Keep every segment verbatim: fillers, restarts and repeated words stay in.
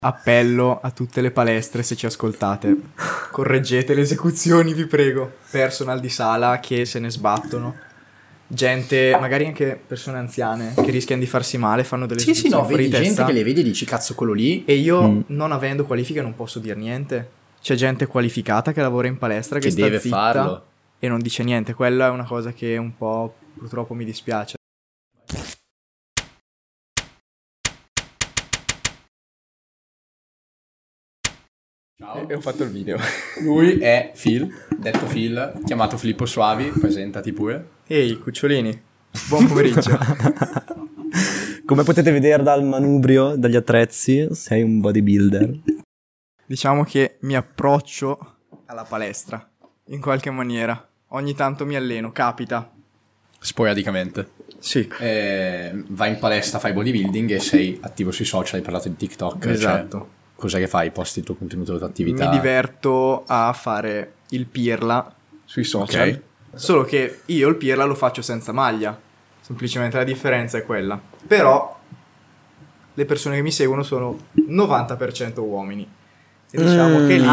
Appello a tutte le palestre, se ci ascoltate, correggete le esecuzioni, vi prego. Personal di sala che se ne sbattono, gente, magari anche persone anziane che rischiano di farsi male, fanno delle Sì, sì, no, esecuzioni fuori vedi di gente testa. che le vedi e dici cazzo quello lì. E io, Mm. non avendo qualifica, non posso dire niente. C'è gente qualificata che lavora in palestra che, Che sta deve zitta farlo. e non dice niente. Quella è una cosa che un po' purtroppo mi dispiace. Ciao. E ho fatto il video. Lui è Phil, detto Phil, chiamato Filippo Suavi, presentati pure. Ehi, cucciolini, buon pomeriggio. Come potete vedere dal manubrio, dagli attrezzi, sei un bodybuilder. Diciamo che mi approccio alla palestra, in qualche maniera. Ogni tanto mi alleno, capita. Sporadicamente. Sì, Eh, vai in palestra, fai bodybuilding e sei attivo sui social, hai parlato di TikTok. esatto. Cioè, cos'è che fai? Posti il tuo contenuto, la tua attività? Mi diverto a fare il pirla sui social. Ok. Solo che io il pirla lo faccio senza maglia. Semplicemente la differenza è quella. Però le persone che mi seguono sono novanta per cento uomini. E diciamo che lì...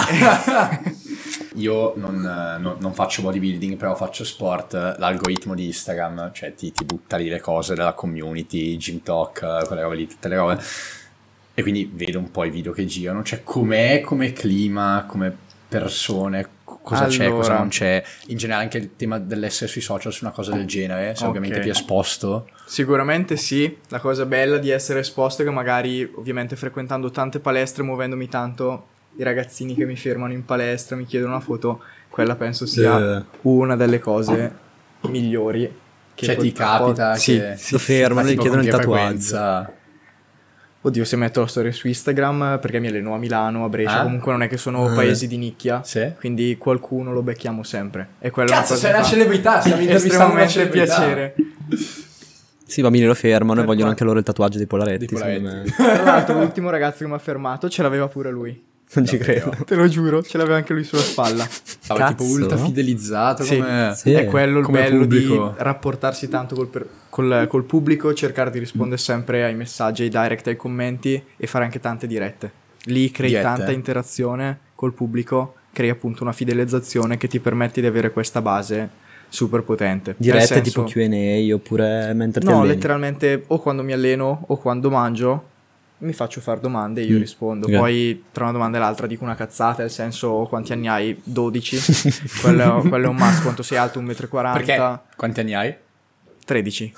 Ah. Io non, eh, non- non faccio bodybuilding, però faccio sport. L'algoritmo di Instagram, cioè ti, ti butta lì le cose della community, gym talk, eh, quelle robe lì, tutte le robe. E quindi vedo un po' i video che girano. Cioè, com'è come clima, come persone, co- cosa c'è, cosa Allora. non c'è. In generale anche il tema dell'essere sui social su una cosa del genere, se Ok. ovviamente più esposto. Sicuramente sì, la cosa bella di essere esposto è che magari, ovviamente frequentando tante palestre, muovendomi tanto, i ragazzini che mi fermano in palestra, mi chiedono una foto, quella penso sia Eh. una delle cose migliori. Che Cioè, ti pot- capita pot- sì, che... sì. Lo fermano, Ma gli tipo chiedono con il che tatuaggio. frequenza? Oddio, se metto la storia su Instagram, perché mi alleno a Milano, a Brescia, Ah? comunque non è che sono Eh. paesi di nicchia, Sì? quindi qualcuno lo becchiamo sempre. E quella Cazzo, è sei una una cosa che celebrità, stiamo fa intervistando una estremamente celebrità. piacere. Sì, i bambini lo fermano Per e vogliono qua- anche loro il tatuaggio dei polaretti, Dei secondo polaretti. me. Tra l'altro l'ultimo ragazzo che mi ha fermato ce l'aveva pure lui. Non ci Davvero? credo. Te lo giuro, ce l'aveva anche lui sulla spalla. Stava tipo Cazzo. ultra fidelizzato Sì. come... Sì. È quello il come bello pubblico. di rapportarsi tanto col, per- col, col pubblico, cercare di rispondere sempre ai messaggi, ai direct, ai commenti e fare anche tante dirette. Lì crei Dirette? tanta interazione col pubblico, crei appunto una fidelizzazione che ti permette di avere questa base super potente. Nel Dirette senso- tipo Q and A oppure mentre ti No, alleni. letteralmente o quando mi alleno o quando mangio mi faccio fare domande e io Mm, rispondo. ok. Poi tra una domanda e l'altra dico una cazzata, nel senso quanti anni hai? dodici. quello, quello è un must. Quanto sei alto? un metro e quaranta. Perché? Quanti anni hai? tredici.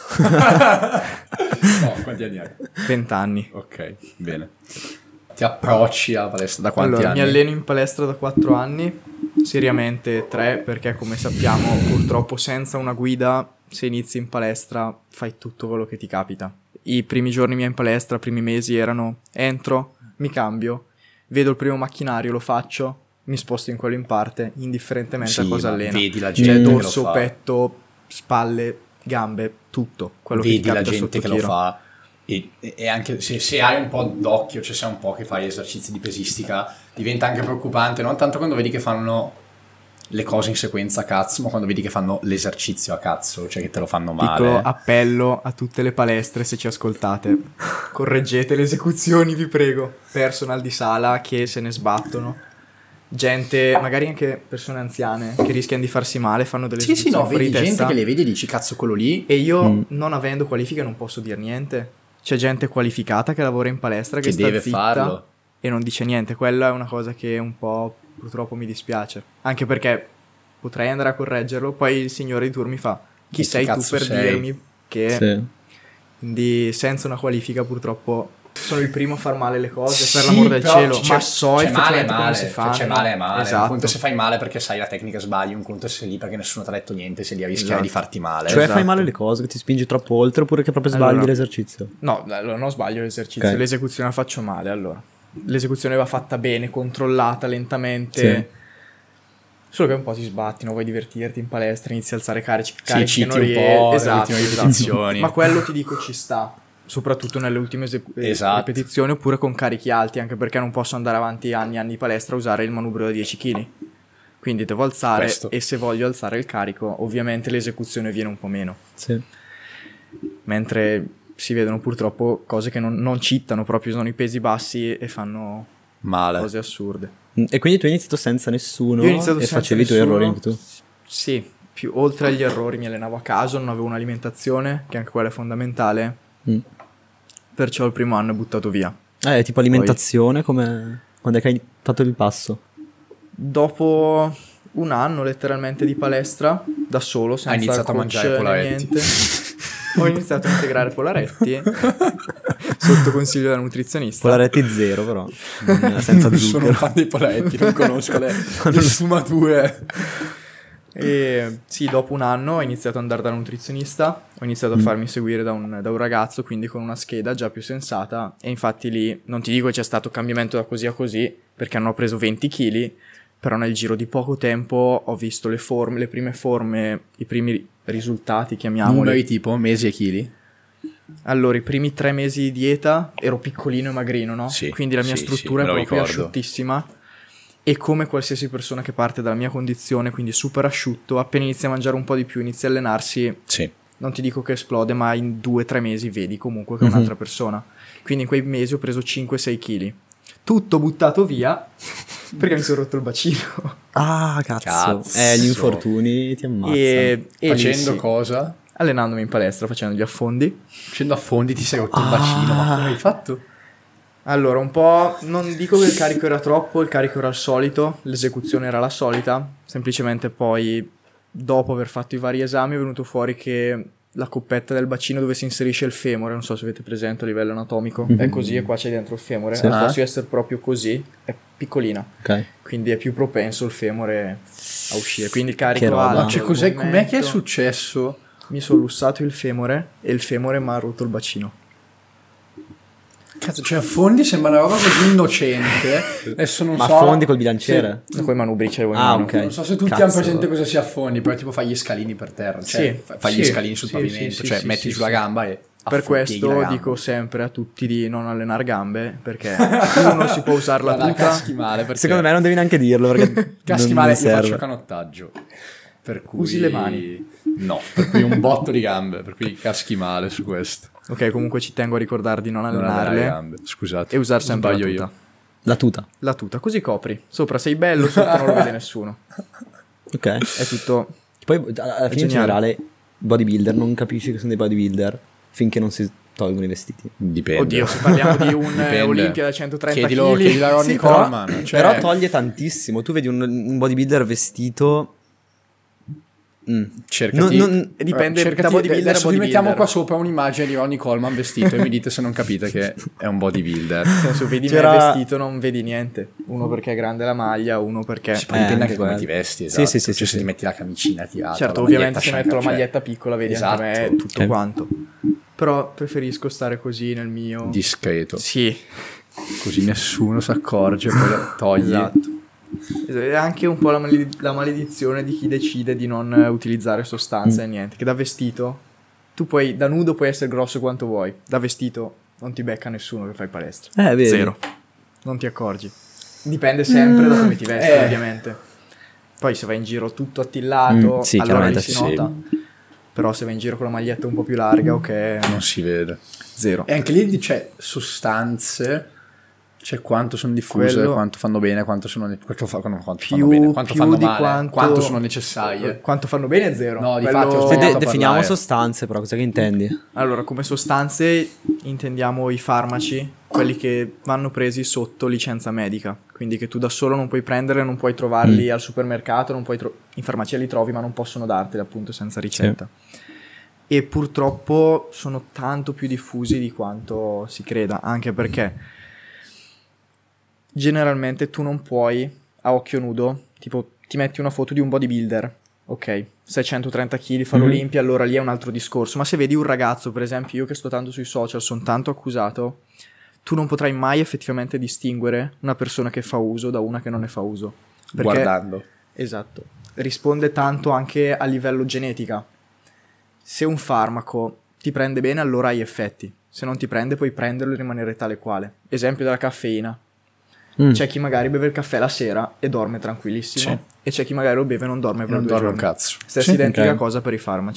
No, quanti anni hai? venti anni. Ok, bene. Ti approcci alla palestra da quanti Allora, anni? mi alleno in palestra da quattro anni, seriamente tre, perché come sappiamo purtroppo senza una guida, se inizi in palestra fai tutto quello che ti capita. I primi giorni miei in palestra, i primi mesi erano entro, mi cambio, vedo il primo macchinario, lo faccio, mi sposto in quello in parte, indifferentemente Sì, a cosa ma allena. vedi la Cioè gente che lo dorso, fa. petto, spalle, gambe, tutto. Quello che Vedi ti la capita gente sotto che lo tiro. fa e, e anche se, se hai un po' d'occhio, cioè sai un po' che fai esercizi di pesistica, diventa anche preoccupante, non tanto quando vedi che fanno le cose in sequenza a cazzo, ma quando vedi che fanno l'esercizio a cazzo, cioè che te lo fanno male. Piccolo appello a tutte le palestre, se ci ascoltate, correggete le esecuzioni, vi prego. Personal di sala che se ne sbattono, gente, magari anche persone anziane che rischiano di farsi male, fanno delle Sì, sì, no, esecuzioni fuori vedi di gente testa. che le vedi e dici cazzo quello lì. E io, Mm. non avendo qualifica, non posso dire niente. C'è gente qualificata che lavora in palestra, che, Che sta deve zitta farlo. e non dice niente. Quella è una cosa che un po' purtroppo mi dispiace. Anche perché potrei andare a correggerlo, poi il signore di turno mi fa: chi Chi sei tu cazzo per sei?" dirmi che... Sì. Quindi senza una qualifica purtroppo sono il primo a far male le cose, per Sì, l'amor del però cielo, c'è- ma so c'è male, effettivamente come male, si cioè, fanno. c'è male, male. Esatto. Un conto se fai male perché sai la tecnica sbagli, un conto se sei lì perché nessuno ti ha detto niente, sei lì a rischiare Esatto. di farti male. Cioè Esatto. fai male le cose, che ti spingi troppo oltre oppure che proprio sbagli Allora. l'esercizio. No, allora non sbaglio l'esercizio, Ok. l'esecuzione la faccio male, allora. L'esecuzione va fatta bene, controllata, lentamente. Solo che un po' ti sbatti, non vuoi divertirti in palestra, inizi a alzare carici, carichi che citi non un rie- po' nelle esatto, ultime esatto. ripetizioni. Ma quello ti dico ci sta, soprattutto nelle ultime esecu- eh, Esatto. ripetizioni, oppure con carichi alti, anche perché non posso andare avanti anni e anni di palestra a usare il manubrio da dieci chili. Quindi devo alzare Questo. e se voglio alzare il carico, ovviamente l'esecuzione viene un po' meno. Sì. Mentre si vedono purtroppo cose che non, non citano, proprio sono i pesi bassi e fanno Male. cose assurde. E quindi tu hai iniziato senza nessuno Io ho iniziato e senza facevi i tuoi nessuno. errori anche tu? Sì, più, oltre agli errori mi allenavo a caso, non avevo un'alimentazione, che anche quella è fondamentale, Mm. perciò il primo anno è buttato via. Eh, tipo alimentazione, come... quando è che hai fatto il passo? Dopo un anno letteralmente di palestra, da solo, senza iniziato a coach mangiare né polaretti. niente, ho iniziato a integrare polaretti sotto consiglio della nutrizionista. Polaretti zero però, mm, senza Sono un zucchero. fan dei polaretti, non conosco le, le sfumature. E sì, dopo un anno ho iniziato ad andare dalla nutrizionista, ho iniziato a farmi seguire da un, da un ragazzo, quindi con una scheda già più sensata, e infatti lì non ti dico che c'è stato cambiamento da così a così, perché hanno preso venti chili, però nel giro di poco tempo ho visto le forme, le prime forme, i primi risultati, chiamiamoli. Numeri tipo mesi e chili? Allora, i primi tre mesi di dieta ero piccolino e magrino, no? Sì, Quindi la mia sì, struttura sì, me è lo proprio ricordo. asciuttissima. E come qualsiasi persona che parte dalla mia condizione, quindi super asciutto, appena inizia a mangiare un po' di più, inizia a allenarsi, Sì. non ti dico che esplode, ma in due o tre mesi vedi comunque che è un'altra persona. Quindi in quei mesi ho preso cinque sei chili. Tutto buttato via perché mi sono rotto il bacino. Ah, cazzo. Cazzo. Eh, gli infortuni ti ammazzano. E, e lì Facendo sì, cosa? allenandomi in palestra, facendo gli affondi. Facendo affondi ti sei rotto il bacino, ma come hai fatto? Allora, un po', non dico che il carico era troppo, il carico era il solito, l'esecuzione era la solita, semplicemente poi dopo aver fatto i vari esami è venuto fuori che la coppetta del bacino dove si inserisce il femore, non so se avete presente a livello anatomico, Mhm. è così e qua c'è dentro il femore, Sì. al Ah. posto di essere proprio così, è piccolina, Ok. quindi è più propenso il femore a uscire, quindi Che carico roba. alto. Ma cioè, al cos'è, com'è che è movimento. successo? Mi sono lussato il femore e il femore mi ha rotto il bacino. Cazzo, cioè affondi sembra una roba così innocente. Adesso non Ma so. affondi col bilanciere? E poi manubri c'avevo in Ah, mano. ok. Non so se tutti Cazzo. hanno presente cosa sia affondi, però tipo fai gli scalini per terra, cioè Sì, fa- fai gli sì, scalini sul sì, pavimento, sì, cioè sì, metti sì, sulla sì. gamba e Per affondi la questo gamba. dico sempre a tutti di non allenare gambe, perché uno si può usare la Guarda, tuta. caschi male perché Secondo me non devi neanche dirlo perché caschi non, male, non io serve. faccio canottaggio. Per cui Usi le mani? No, per cui un botto di gambe, per cui caschi male su questo. Ok, comunque ci tengo a ricordare di non Non allenare allenarle le gambe, scusate. e usare sempre la Sbaglio tuta. io. La tuta. La tuta, così copri. Sopra sei bello, sotto non lo vede nessuno. Ok. È tutto... Poi alla alla fine in geniale. generale bodybuilder non capisci che sono dei bodybuilder finché non si tolgono i vestiti. Dipende. Oddio, se parliamo di un eh, Dipende. Olimpia da centotrenta Chiedilo, chili. chiedilo a Ronnie Sì, però, Coleman. Cioè, però toglie tantissimo. Tu vedi un, un bodybuilder vestito. Mm. cercati, Non- non- dipende cercati- da bodybuilder a adesso vi mettiamo bodybuilder. qua sopra un'immagine di Ronnie Coleman vestito e mi dite se non capite che è un bodybuilder. Nel senso, vedi C'era- me vestito non vedi niente. Uno perché è grande la maglia, uno perché... Sì, poi Eh, dipende anche anche come quello. ti vesti, Sì, esatto. sì, sì, Cioè, sì, se sì. ti metti la camicina tirata, Certo, la ovviamente se maglietta metto la scianca, maglietta piccola vedi esatto. anche me tutto Ok. quanto. Però preferisco stare così nel mio... cioè, discreto, Sì, così nessuno si accorge, poi lo togli. esatto. È anche un po' la, male- la maledizione di chi decide di non eh, utilizzare sostanze e niente. Che da vestito, tu puoi, da nudo puoi essere grosso quanto vuoi, da vestito non ti becca nessuno che fai palestra. Eh, vedi. Zero. Non ti accorgi. Dipende sempre da come ti vesti, Eh. ovviamente. Poi se vai in giro tutto attillato, Mm, sì, allora lì chiaramente si sì. nota. Però se vai in giro con la maglietta un po' più larga, ok, Non si vede. zero. E anche lì c'è sostanze, cioè quanto sono diffuse, Quello- quanto fanno bene, quanto sono ne- quanto, fa- quanto Più- fanno bene, quanto più fanno di male, quanto- sono necessarie. Quanto fanno bene è zero. No, di Quello- fatti ho Se sbagliato de- a definiamo parlare. sostanze, però cosa che intendi? Allora, come sostanze intendiamo i farmaci, quelli che vanno presi sotto licenza medica, quindi che tu da solo non puoi prendere, non puoi trovarli al supermercato, non puoi tro- in farmacia li trovi ma non possono darteli appunto senza ricetta. E purtroppo sono tanto più diffusi di quanto si creda, anche perché generalmente tu non puoi a occhio nudo, tipo ti metti una foto di un bodybuilder, ok, seicentotrenta chili, fa Mhm. l'Olimpia, allora lì è un altro discorso, ma se vedi un ragazzo, per esempio io che sto tanto sui social, sono tanto accusato, tu non potrai mai effettivamente distinguere una persona che fa uso da una che non ne fa uso. Perché, Guardando. esatto, risponde tanto anche a livello genetica. Se un farmaco ti prende bene, allora hai effetti. Se non ti prende, puoi prenderlo e rimanere tale quale. Esempio della caffeina. Mm. C'è chi magari beve il caffè la sera e dorme tranquillissimo. Sì. E c'è chi magari lo beve e non dorme E per non due dorme un giorni. cazzo. Stessa Sì, identica ok. cosa per i farmaci.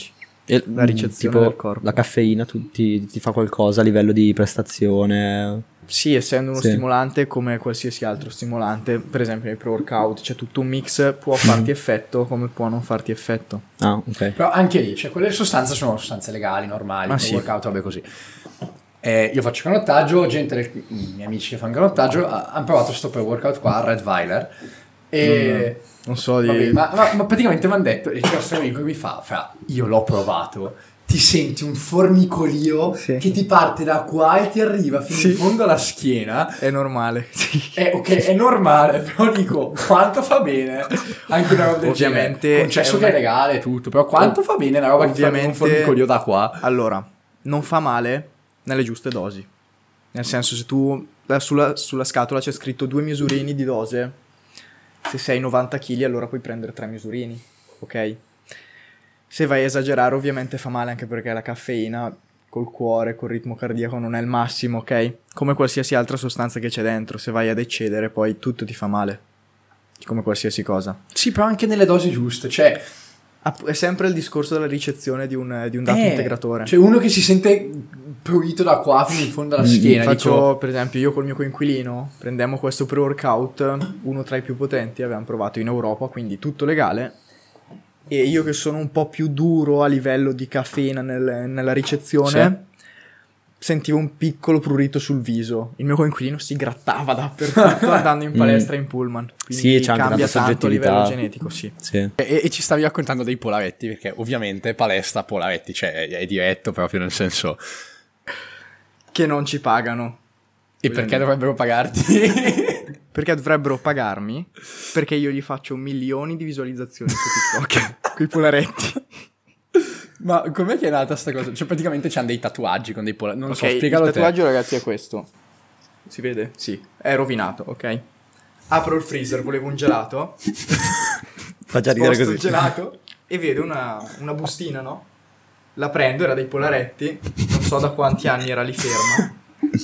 E, la ricezione tipo, del corpo. La caffeina tu, ti, ti fa qualcosa a livello di prestazione? Sì, essendo uno Sì. stimolante come qualsiasi altro stimolante, per esempio nei pre-workout c'è tutto un mix, può farti effetto come può non farti effetto. Ah, ok. Però anche lì, cioè quelle sostanze sono sostanze legali, normali, Ma per sì. workout, robe così. Eh, io faccio canottaggio, gente, del- i miei amici che fanno canottaggio ha- hanno provato sto pre-workout qua, Red Weiler, e... Non so di... Vabbè, ma, ma- ma praticamente mi hanno detto, e c'è questo amico che mi fa, fra, io l'ho provato, ti senti un formicolio Sì. che ti parte da qua e ti arriva fino Sì. in fondo alla schiena. È normale. Sì. Eh, ok, è normale, però dico, quanto fa bene anche una roba del Ovviamente genere. Concesso è che una- è legale e tutto, però quanto fa bene una roba che ti fa un Ovviamente- formicolio da qua? Allora, non fa male nelle giuste dosi. Nel senso, se tu la- sulla, sulla scatola c'è scritto due misurini di dose, se sei novanta chili allora puoi prendere tre misurini, ok? Se vai a esagerare ovviamente fa male, anche perché la caffeina col cuore, col ritmo cardiaco non è il massimo, ok? Come qualsiasi altra sostanza che c'è dentro, se vai ad eccedere poi tutto ti fa male, come qualsiasi cosa. Sì, però anche nelle dosi giuste, cioè... App- È sempre il discorso della ricezione di un, di un dato eh, integratore. Cioè uno che si sente pulito da qua fino in fondo alla schiena. Faccio, dico, per esempio, io col mio coinquilino prendemmo questo pre-workout, uno tra i più potenti, avevamo provato in Europa, quindi tutto legale. E io che sono un po' più duro a livello di caffeina nel- nella ricezione, sentivo un piccolo prurito sul viso. Il mio coinquilino si grattava dappertutto andando in palestra in pullman. Quindi Sì, c'è anche cambia tanta tanto a soggettività. livello genetico, sì. Sì. E, e ci stavi raccontando dei polaretti, perché ovviamente palestra, polaretti, cioè è, è diretto proprio nel senso... Che non ci pagano. E perché dovrebbero pagarti? Perché dovrebbero pagarmi? Perché io gli faccio milioni di visualizzazioni su TikTok. Quei polaretti. Ma com'è che è nata sta cosa? Cioè praticamente c'hanno dei tatuaggi con dei polaretti, non lo so, Ok, spiegalo il te. tatuaggio, ragazzi, è questo. Si vede? Sì. È rovinato, ok? Apro il freezer, volevo un gelato. Fa già ridere Sposto così. il gelato e vedo una, una bustina, no? La prendo, era dei polaretti. Non so da quanti anni era lì ferma.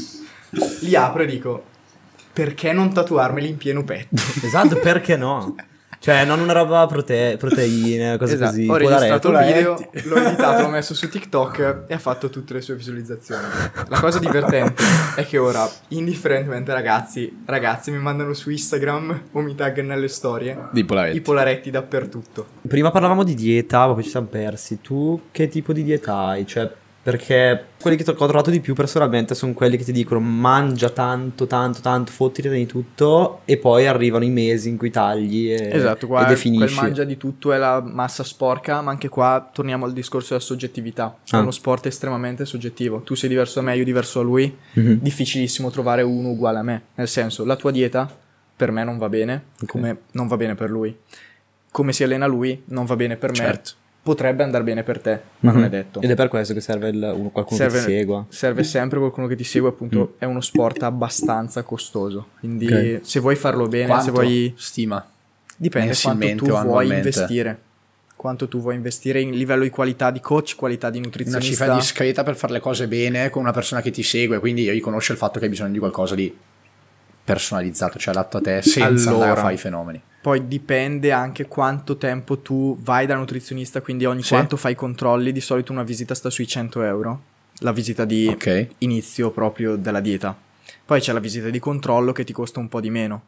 Li apro e dico: perché non tatuarmeli in pieno petto? Esatto, perché no? Cioè, non una roba prote- proteine, cose Esatto. così. Ho registrato il polaretti. video, l'ho editato, l'ho messo su TikTok e ha fatto tutte le sue visualizzazioni. La cosa divertente è che ora, indifferentemente ragazzi, ragazzi mi mandano su Instagram o mi taggano nelle storie Dei polaretti. i polaretti dappertutto. Prima parlavamo di dieta, poi ci siamo persi. Tu che tipo di dieta hai? Cioè, perché quelli che ho trovato di più personalmente sono quelli che ti dicono mangia tanto, tanto, tanto, fottiti di tutto, e poi arrivano i mesi in cui tagli e, Esatto, e qua definisci. quel mangia di tutto è la massa sporca, ma anche qua torniamo al discorso della soggettività. È Ah. uno sport estremamente soggettivo. Tu sei diverso da me, io diverso da lui. Mhm. Difficilissimo trovare uno uguale a me. Nel senso, la tua dieta per me non va bene, come non va bene per lui. Come si allena lui non va bene per me. Certo. Potrebbe andare bene per te, ma non Mhm. è detto. Ed è per questo che serve il- uno- qualcuno Serve, che ti segua. serve sempre qualcuno che ti segue, appunto. È uno sport abbastanza costoso. Quindi Ok. se vuoi farlo bene, Quanto se vuoi... stima? Dipende quanto Mensilmente tu o vuoi annualmente? investire. Quanto tu vuoi investire in livello di qualità di coach, qualità di Una nutrizionista. cifra discreta per fare le cose bene con una persona che ti segue, quindi riconosce il fatto che hai bisogno di qualcosa di personalizzato, cioè adatto a te, senza Allora. andare a fare i fenomeni. Poi dipende anche quanto tempo tu vai da nutrizionista, quindi ogni Sì. quanto fai i controlli. Di solito una visita sta sui cento euro, la visita di Ok. inizio proprio della dieta. Poi c'è la visita di controllo che ti costa un po' di meno.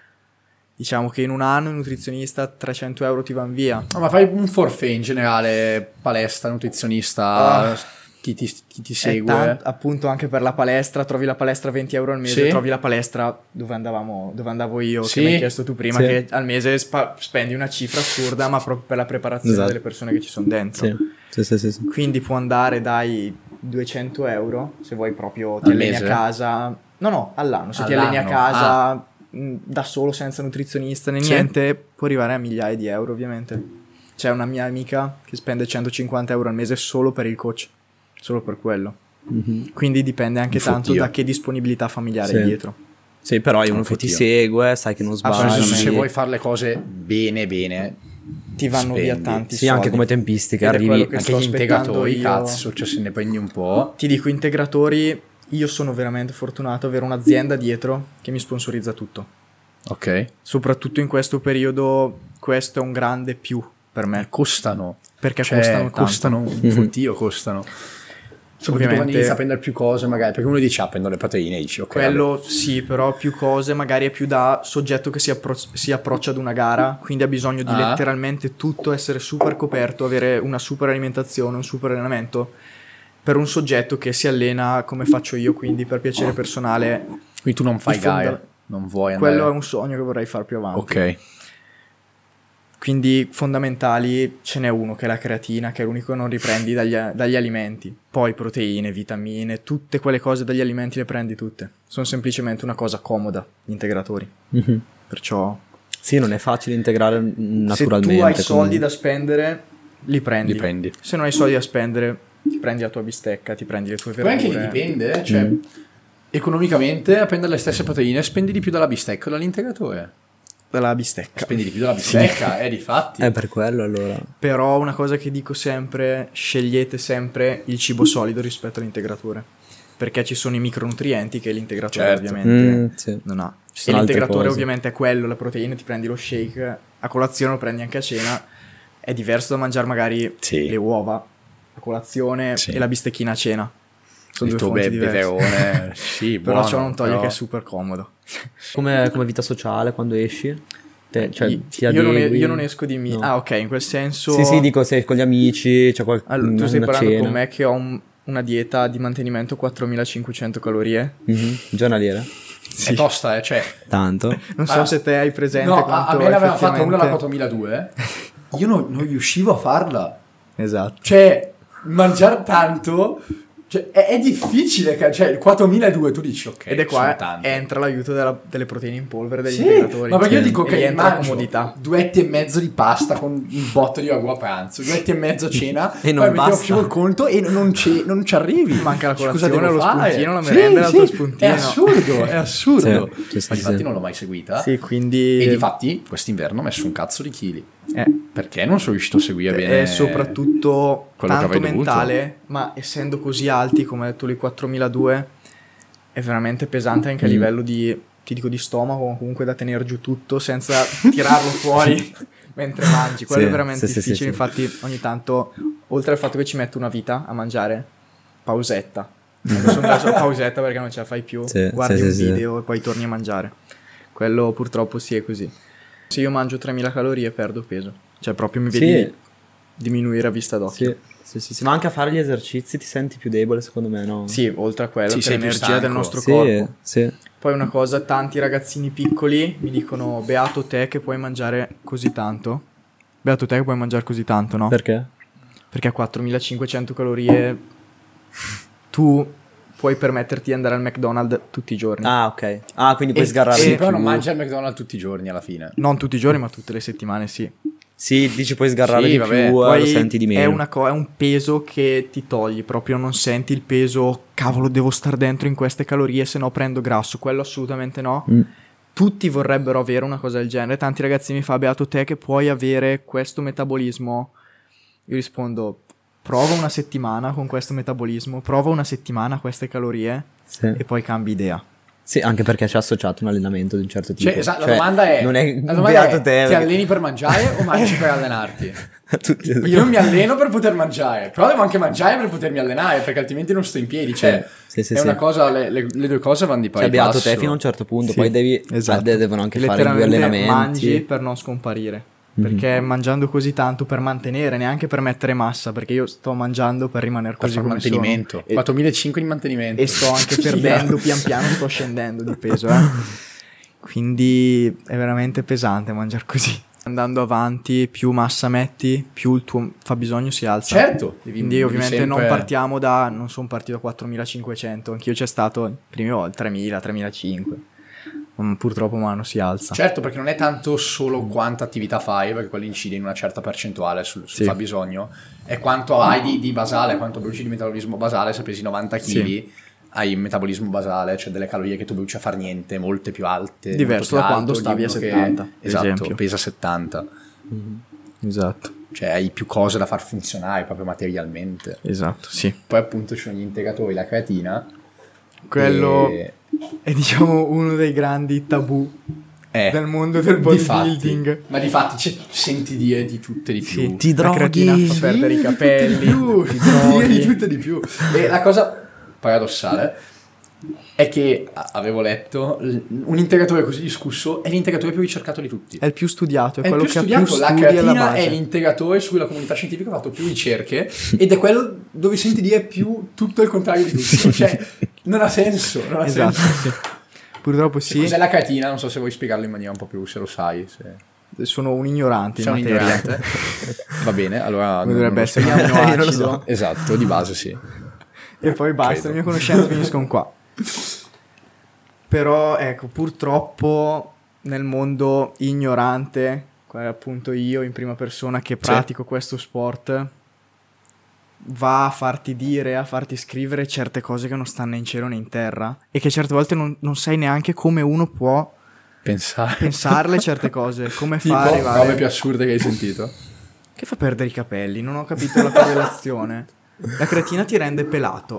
Diciamo che in un anno il nutrizionista trecento euro ti vanno via. No, ma fai un forfait in generale, palestra, nutrizionista, Ah. chi, ti, chi ti È segue. tan- appunto anche per la palestra, trovi la palestra venti euro al mese, Sì. trovi la palestra dove andavamo, dove andavo io, Sì. che mi hai chiesto tu prima, Sì. che al mese spa- spendi una cifra assurda, ma proprio per la preparazione Esatto. delle persone che ci sono dentro. Sì, sì, sì, sì, sì. Quindi può andare dai duecento euro, se vuoi proprio ti Al alleni mese? a casa. No, no, all'anno, se ti All'anno, alleni a casa mh, da solo, senza nutrizionista né Sì. niente, può arrivare a migliaia di euro, ovviamente. C'è una mia amica che spende centocinquanta euro al mese solo per il coach, solo per quello. Mhm. Quindi dipende anche Fottio. tanto da che disponibilità familiare Sì. hai dietro. Sì, però hai uno Un che ti fottio. segue, sai che non Nel sbagli. senso, Assolutamente. se vuoi fare le cose bene bene, Ti vanno via spendi. tanti Sì, soldi. anche come tempistiche, Ed è arrivi quello che anche sto gli integratori, aspettando io. cazzo, cioè se ne prendi un po'. Ti dico, integratori, io sono veramente fortunato ad avere un'azienda dietro che mi sponsorizza tutto. Ok. Soprattutto in questo periodo, questo è un grande più per me. Costano. Perché Cioè, costano tanto. costano un Mhm. fottio, costano. Soprattutto Ovviamente- quando inizi a prendere più cose, magari, perché uno dice, ah, prendo le proteine, e dici, ok, Quello sì, però più cose, magari è più da soggetto che si, appro- si approccia ad una gara, quindi ha bisogno di Ah. letteralmente tutto, essere super coperto, avere una super alimentazione, un super allenamento. Per un soggetto che si allena come faccio io, quindi per piacere personale, vabbè. Quindi tu non fai i fonda- gare, non vuoi andare... quello è un sogno che vorrei fare più avanti. Ok. Quindi fondamentali ce n'è uno che è la creatina, che è l'unico che non riprendi dagli, dagli alimenti. Poi proteine, vitamine, tutte quelle cose dagli alimenti le prendi tutte. Sono semplicemente una cosa comoda, gli integratori. Mhm. Perciò Sì, non è facile integrare mm, naturalmente. se tu hai soldi comunque. da spendere, li prendi. Li prendi. Se non hai soldi da spendere, ti prendi la tua bistecca, ti prendi le tue Poi verdure. anche lì dipende, cioè, Mm. economicamente, a prendere le stesse proteine, spendi di più dalla bistecca o dall'integratore. Dalla bistecca. Spendi di più dalla bistecca, eh, di fatti. È per quello allora. Però una cosa che dico sempre, scegliete sempre il cibo solido rispetto all'integratore. Perché ci sono i micronutrienti che l'integratore Certo. ovviamente Mm, sì. non ha. Ci E sono altre l'integratore cose. ovviamente è quello, le proteine, ti prendi lo shake, a colazione lo prendi anche a cena. È diverso da mangiare magari Sì. le uova a colazione Sì. e la bistecchina a cena. Sono Il due tuo fonti be- diverse. beverone, sì, Però buono, ciò non toglie però- che è super comodo. Come, come vita sociale quando esci? Te- cioè, io, ti io non, e- adegui? io non esco di mi- No. Ah, ok, in quel senso. Sì, sì, dico se con gli amici, c'è qualche Allora, tu stai una parlando cena. con me che ho un- una dieta di mantenimento quattromilacinquecento calorie. Mhm. Giornaliera? È tosta, eh, cioè... Tanto. Non so Ah, se te hai presente No, a, quanto a me l'aveva fatta una alla effettivamente- quattromila due. Io non, non riuscivo a farla. Esatto. Cioè, mangiare tanto... Cioè, è, è difficile, ca- cioè, il quattromila due tu dici, ok, Ed è sono qua tante. entra l'aiuto della- delle proteine in polvere degli Sì, integratori. ma perché io Sì. dico E che lì entra la mangio comodità. due etti e mezzo di pasta con un botto di ragù a pranzo, due etti e mezzo a cena, E non poi mettevo basta. più il conto e non ci, non ci arrivi. Manca la Cosa colazione, devo lo fare? spuntino, la Sì, merenda e l'altro sì, spuntino. È assurdo, è assurdo. Sì, sì, sì, Ma infatti sì. non l'ho mai seguita. Sì, quindi E difatti quest'inverno ho messo un cazzo di chili. eh, Perché non sono riuscito a seguire bene. è soprattutto quello che tanto avrei dovuto. mentale, ma essendo così alti, come hai detto, i quattromila è veramente pesante anche a Mm. livello di, ti dico, di stomaco, ma comunque da tenere giù tutto senza tirarlo fuori mentre mangi. Quello Sì, è veramente sì, sì, difficile, sì, sì. infatti ogni tanto, oltre al fatto che ci metto una vita a mangiare, pausetta. Ecco, sono preso pausetta perché non ce la fai più, Sì, guardi sì, un sì, sì. video e poi torni a mangiare. Quello purtroppo sì è così. Se io mangio tremila calorie perdo peso, cioè proprio mi vedi Sì. diminuire a vista d'occhio. Sì, sì, sì, sì. Ma anche a fare gli esercizi ti senti più debole, secondo me, no? Sì, oltre a quello, Sì, per sei più l'energia del stanco. nostro Sì, corpo. sì. Poi una cosa, tanti ragazzini piccoli mi dicono: beato te che puoi mangiare così tanto. Beato te che puoi mangiare così tanto, no? Perché? Perché a quattromilacinquecento calorie tu puoi permetterti di andare al McDonald's tutti i giorni. Ah, ok. Ah, quindi puoi E- sgarrare e- Sì, di però più. non mangia il McDonald's tutti i giorni alla fine. Non tutti i giorni, ma tutte le settimane, sì. Sì, dici puoi sgarrare Sì, di vabbè. più, eh, Poi lo senti di meno. È, una co- è un peso che ti togli, proprio non senti il peso, cavolo, devo star dentro in queste calorie, se no prendo grasso. Quello assolutamente no. Mm. Tutti vorrebbero avere una cosa del genere. Tanti ragazzi mi fa: beato te che puoi avere questo metabolismo. Io rispondo: prova una settimana con questo metabolismo, prova una settimana queste calorie Sì. e poi cambi idea. Sì, anche perché c'è associato un allenamento di un certo tipo. Cioè, esatto, la Cioè, domanda è: non è la domanda beato è, te. ti perché- alleni per mangiare o mangi per allenarti? Tutti- Io non mi alleno per poter mangiare, però devo anche mangiare per potermi allenare, perché altrimenti non sto in piedi. Cioè, Sì, sì, è sì. una cosa, le, le- le due cose vanno di pari Cioè, beato passo. te fino a un certo punto, Sì, poi devi, esatto. ah, de- devono anche fare due Letteralmente allenamenti. mangi per non scomparire. Perché mangiando così tanto per mantenere, neanche per mettere massa, perché io sto mangiando per rimanere Per così fare come mantenimento. sono. E, quattromilacinquecento di mantenimento. e sto anche perdendo, pian piano sto scendendo di peso, eh. Quindi è veramente pesante mangiare così. Andando avanti, più massa metti, più il tuo fabbisogno si alza. Certo, devi- Quindi devi ovviamente sempre- non partiamo da, non sono partito da quattromilacinquecento, anch'io c'è stato, primi volte, tremila, tremilacinquecento. Mm, Purtroppo mano si alza. Certo, perché non è tanto solo quanta attività fai, perché quello incide in una certa percentuale sul, sul Sì. fabbisogno, è quanto hai di, di basale, quanto bruci di metabolismo basale. Se pesi novanta chili, Sì. hai il metabolismo basale, cioè delle calorie che tu bruci a far niente, molte più alte. Diverso molto più da quando alto di stavi a uno che- settanta, per esatto, esempio. pesa settanta. Esatto, Cioè hai più cose da far funzionare proprio materialmente. esatto, sì. Poi appunto ci sono gli integratori, la creatina. Quello e- è diciamo uno dei grandi tabù Eh, del mondo del bodybuilding. Ma di fatti c- senti dire di tutte di più. Sì, Ti la droghi, creatina fa sì, perdere i capelli, di più, ti dire droghi. di tutto e di più. E la cosa paradossale è che a- avevo letto l- un integratore così discusso è l'integratore più ricercato di tutti. È il più studiato, è, È il quello più che studiato, ha più la studi alla creatina base. è l'integratore su cui la comunità scientifica ha fatto più ricerche ed è quello dove senti dire più tutto il contrario di tutto. Cioè, non ha senso, non ha Esatto, senso. sì. Purtroppo Sì. sì, Cos'è la creatina? Non so se vuoi spiegarlo in maniera un po' più, se lo sai. Se... sono un ignorante in Sei un materia. ignorante. Va bene, allora... Come non- dovrebbe non lo essere un spieghiamo. Io non lo aminoacido. so. Esatto, di base sì. E poi basta, Credo. le mie conoscenze finiscono qua. Però, ecco, purtroppo nel mondo ignorante, qual è appunto io in prima persona che pratico questo sport, va a farti dire, a farti scrivere certe cose che non stanno né in cielo né in terra e che certe volte non, non sai neanche come uno può Pensare. pensarle certe cose, come Tipo, fa a arrivare... robe più assurde che hai sentito. Che fa perdere i capelli? Non ho capito la correlazione. La creatina ti rende pelato.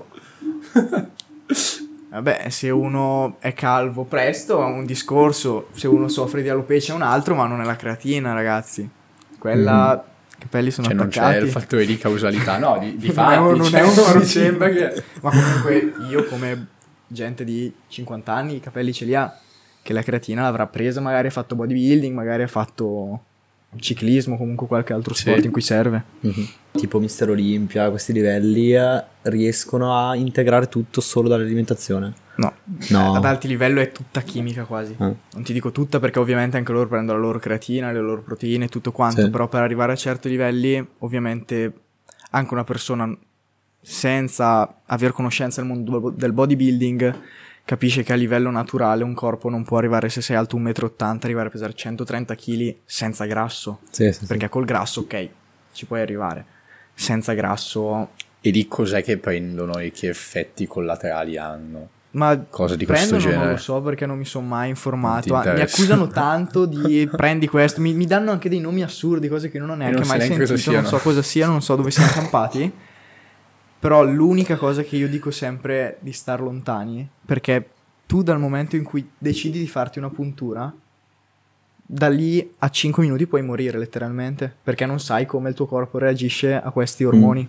Vabbè, se uno è calvo presto è un discorso, se uno soffre di alopecia è un altro, ma non è la creatina, ragazzi. Quella... I capelli sono Cioè non attaccati. c'è il fattore di causalità, no, di, di Non fatti. è un- non cioè, è un mi faro- sembra che... Ma comunque io come gente di cinquanta anni i capelli ce li ha, che la creatina l'avrà presa, magari ha fatto bodybuilding, magari ha fatto ciclismo, comunque qualche altro Sì. sport in cui serve. Tipo Mister Olimpia, a questi livelli eh, riescono a integrare tutto solo dall'alimentazione. No, No. ad alti livelli è tutta chimica quasi. Ah. Non ti dico tutta perché ovviamente anche loro prendono la loro creatina, le loro proteine e tutto quanto, Sì. però per arrivare a certi livelli ovviamente anche una persona senza aver conoscenza del mondo del bodybuilding capisce che a livello naturale un corpo non può arrivare, se sei alto uno virgola ottanta m, arrivare a pesare centotrenta chili senza grasso, Sì, sì, sì. perché col grasso ok, ci puoi arrivare, senza grasso... E di cos'è che prendono e che effetti collaterali hanno? Ma Cose di questo prendono, non genere. lo so perché non mi sono mai Non informato. ti Ah, mi interessa. accusano tanto di prendi questo. Mi, mi danno anche dei nomi assurdi, cose che non ho neanche non sai mai neanche cosa sentito. Non siano. so cosa siano, non so dove siano campati. Però l'unica cosa che io dico sempre è di star lontani. Perché tu dal momento in cui decidi di farti una puntura, da lì a cinque minuti puoi morire letteralmente. Perché non sai come il tuo corpo reagisce a questi ormoni.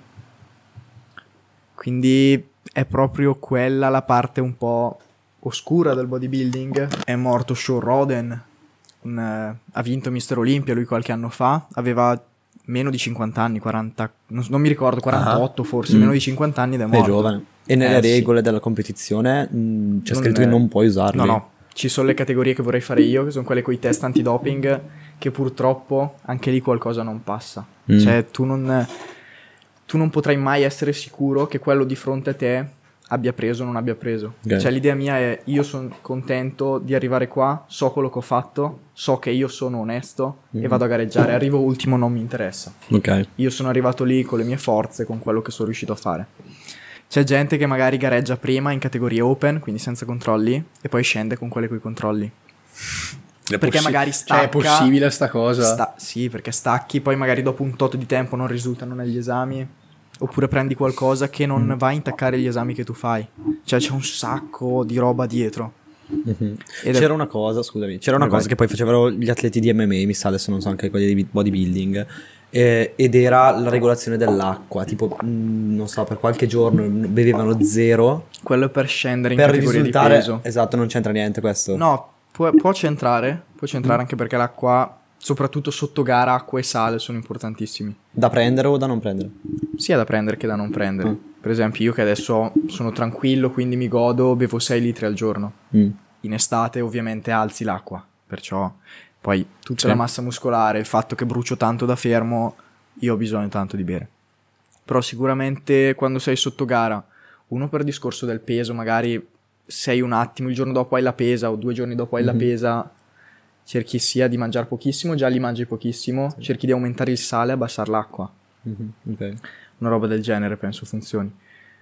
Quindi è proprio quella la parte un po' oscura del bodybuilding. È morto Sean Roden, un, eh, ha vinto Mister Olimpia lui qualche anno fa, aveva meno di cinquanta anni, quaranta, non, non mi ricordo, quarantotto forse, Mm. meno di cinquanta anni ed è È morto. giovane. E nelle Eh, sì. regole della competizione mh, c'è Non scritto è- che non puoi usarli. No, no, ci sono le categorie che vorrei fare io, che sono quelle con i test antidoping, che purtroppo anche lì qualcosa non passa. Mm. Cioè tu non, tu non potrai mai essere sicuro che quello di fronte a te abbia preso o non abbia preso. Ok. Cioè l'idea mia è, io sono contento di arrivare qua, so quello che ho fatto, so che io sono onesto e Mhm. vado a gareggiare, arrivo ultimo non mi interessa. Ok. Io sono arrivato lì con le mie forze, con quello che sono riuscito a fare. C'è gente che magari gareggia prima in categorie open, quindi senza controlli, e poi scende con quelle coi controlli. È Perché possi- magari Cioè stacca... è possibile sta cosa? Sta- sì, perché stacchi, poi magari dopo un tot di tempo non risultano negli esami, oppure prendi qualcosa che non va a intaccare gli esami che tu fai. Cioè c'è un sacco di roba dietro. Mhm. Ed è- C'era una cosa, scusami, c'era una Vai, cosa vai. che poi facevano gli atleti di M M A, mi sa, adesso non so anche quelli di bodybuilding, eh, ed era la regolazione dell'acqua, tipo, mh, non so, per qualche giorno bevevano zero, Quello è per scendere in per categoria di risultare, peso. esatto, non c'entra niente questo. No, può, può centrare, può centrare anche perché l'acqua, soprattutto sotto gara, acqua e sale sono importantissimi. Da prendere o da non prendere? Sia da prendere che da non prendere. Mm. Per esempio io che adesso sono tranquillo, quindi mi godo, bevo sei litri al giorno. Mm. In estate ovviamente alzi l'acqua, perciò poi tutta Sì. la massa muscolare, il fatto che brucio tanto da fermo, io ho bisogno tanto di bere. Però sicuramente quando sei sotto gara, uno per discorso del peso, magari sei un attimo, il giorno dopo hai la pesa o due giorni dopo hai la Mhm. pesa, cerchi sia di mangiare pochissimo, già li mangi pochissimo, cerchi di aumentare il sale e abbassare l'acqua. Mhm, ok. Una roba del genere penso funzioni.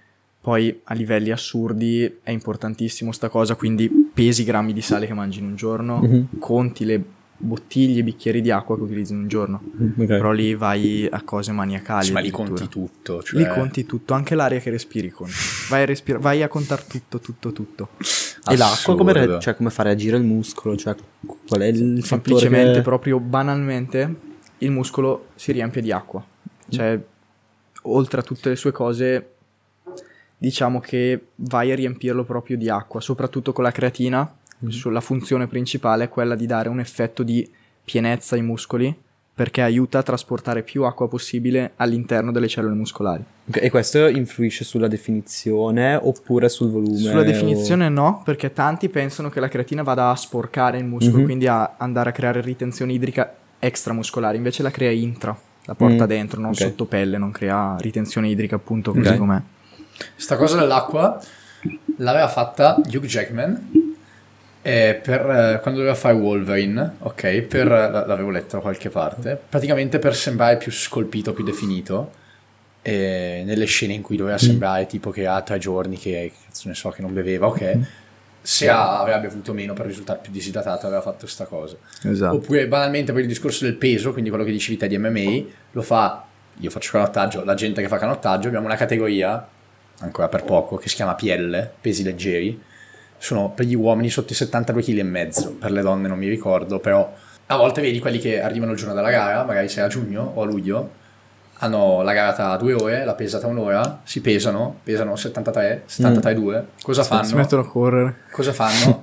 Poi a livelli assurdi è importantissimo sta cosa, quindi pesi i grammi di sale che mangi in un giorno, Mhm. conti le bottiglie e bicchieri di acqua che utilizzi in un giorno. Mm, ok. Però lì vai a cose maniacali. Sì, ma li addirittura. conti tutto. Cioè... Lì conti tutto, anche l'aria che respiri conti. Vai a, respira- vai a contare tutto, tutto, tutto. E l'acqua come, re- Assurdo. cioè, come fa a reagire il muscolo? Cioè, Qual è il Semplicemente, che... proprio banalmente, il muscolo si riempie di acqua. Cioè, oltre a tutte le sue cose, diciamo che vai a riempirlo proprio di acqua, soprattutto con la creatina. Mm-hmm. La funzione principale è quella di dare un effetto di pienezza ai muscoli, perché aiuta a trasportare più acqua possibile all'interno delle cellule muscolari. Okay, e questo influisce sulla definizione oppure sul volume? Sulla definizione o... no, perché tanti pensano che la creatina vada a sporcare il muscolo, mm-hmm. quindi a andare a creare ritenzione idrica extramuscolare, invece la crea intra, la porta mm. dentro, non okay. sotto pelle, non crea ritenzione idrica appunto così okay. com'è. Sta cosa dell'acqua l'aveva fatta Hugh Jackman eh, per eh, quando doveva fare Wolverine, ok, per, l'avevo letto da qualche parte, praticamente per sembrare più scolpito, più definito, eh, nelle scene in cui doveva mm. sembrare tipo che ha tre giorni che cazzo ne so che non beveva, ok, mm. se ha, aveva bevuto meno per risultare più disidratato aveva fatto sta cosa. Esatto. Oppure banalmente per il discorso del peso, quindi quello che dicevi te di M M A, lo fa, io faccio canottaggio, la gente che fa canottaggio, abbiamo una categoria ancora per poco che si chiama P L, pesi leggeri, sono per gli uomini sotto i settantadue virgola cinque chili, per le donne non mi ricordo, però a volte vedi quelli che arrivano il giorno della gara, magari se è a giugno o a luglio, hanno la gara tra due ore, la pesa tra un'ora, si pesano, pesano settantatré, settantatré virgola due, mm. cosa fanno? Si mettono a correre. Cosa fanno?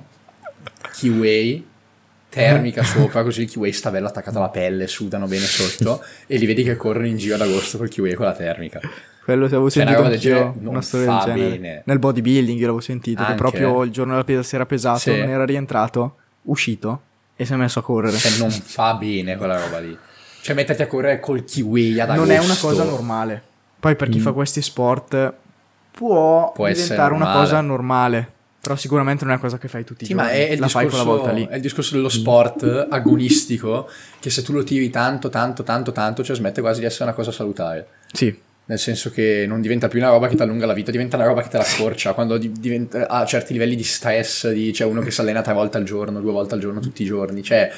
Kiwi, termica sopra, così il kiwi sta bello attaccato alla pelle, sudano bene sotto e li vedi che corrono in giro ad agosto col kiwi con la termica. Quello se avevo cioè, sentito una, anch'io, non una storia del genere. Bene. Nel bodybuilding io l'avevo sentito, anche. Che proprio il giorno della pesa si era pesato, sì. non era rientrato, uscito e si è messo a correre. Cioè non fa bene quella roba lì. Cioè metterti a correre col kiwi ad agosto. Non è una cosa normale. Poi per chi mm. fa questi sport può, può diventare una cosa normale. Però sicuramente non è una cosa che fai tutti i sì, giorni. Ma è il, la discorso, fai quella volta lì. È il discorso dello sport agonistico, che se tu lo tiri tanto, tanto, tanto, tanto, cioè smette quasi di essere una cosa salutare. Sì. Nel senso che non diventa più una roba che ti allunga la vita, diventa una roba che te la accorcia. Quando diventa, ha certi livelli di stress, di, c'è uno che si allena tre volte al giorno, due volte al giorno, tutti i giorni. Cioè,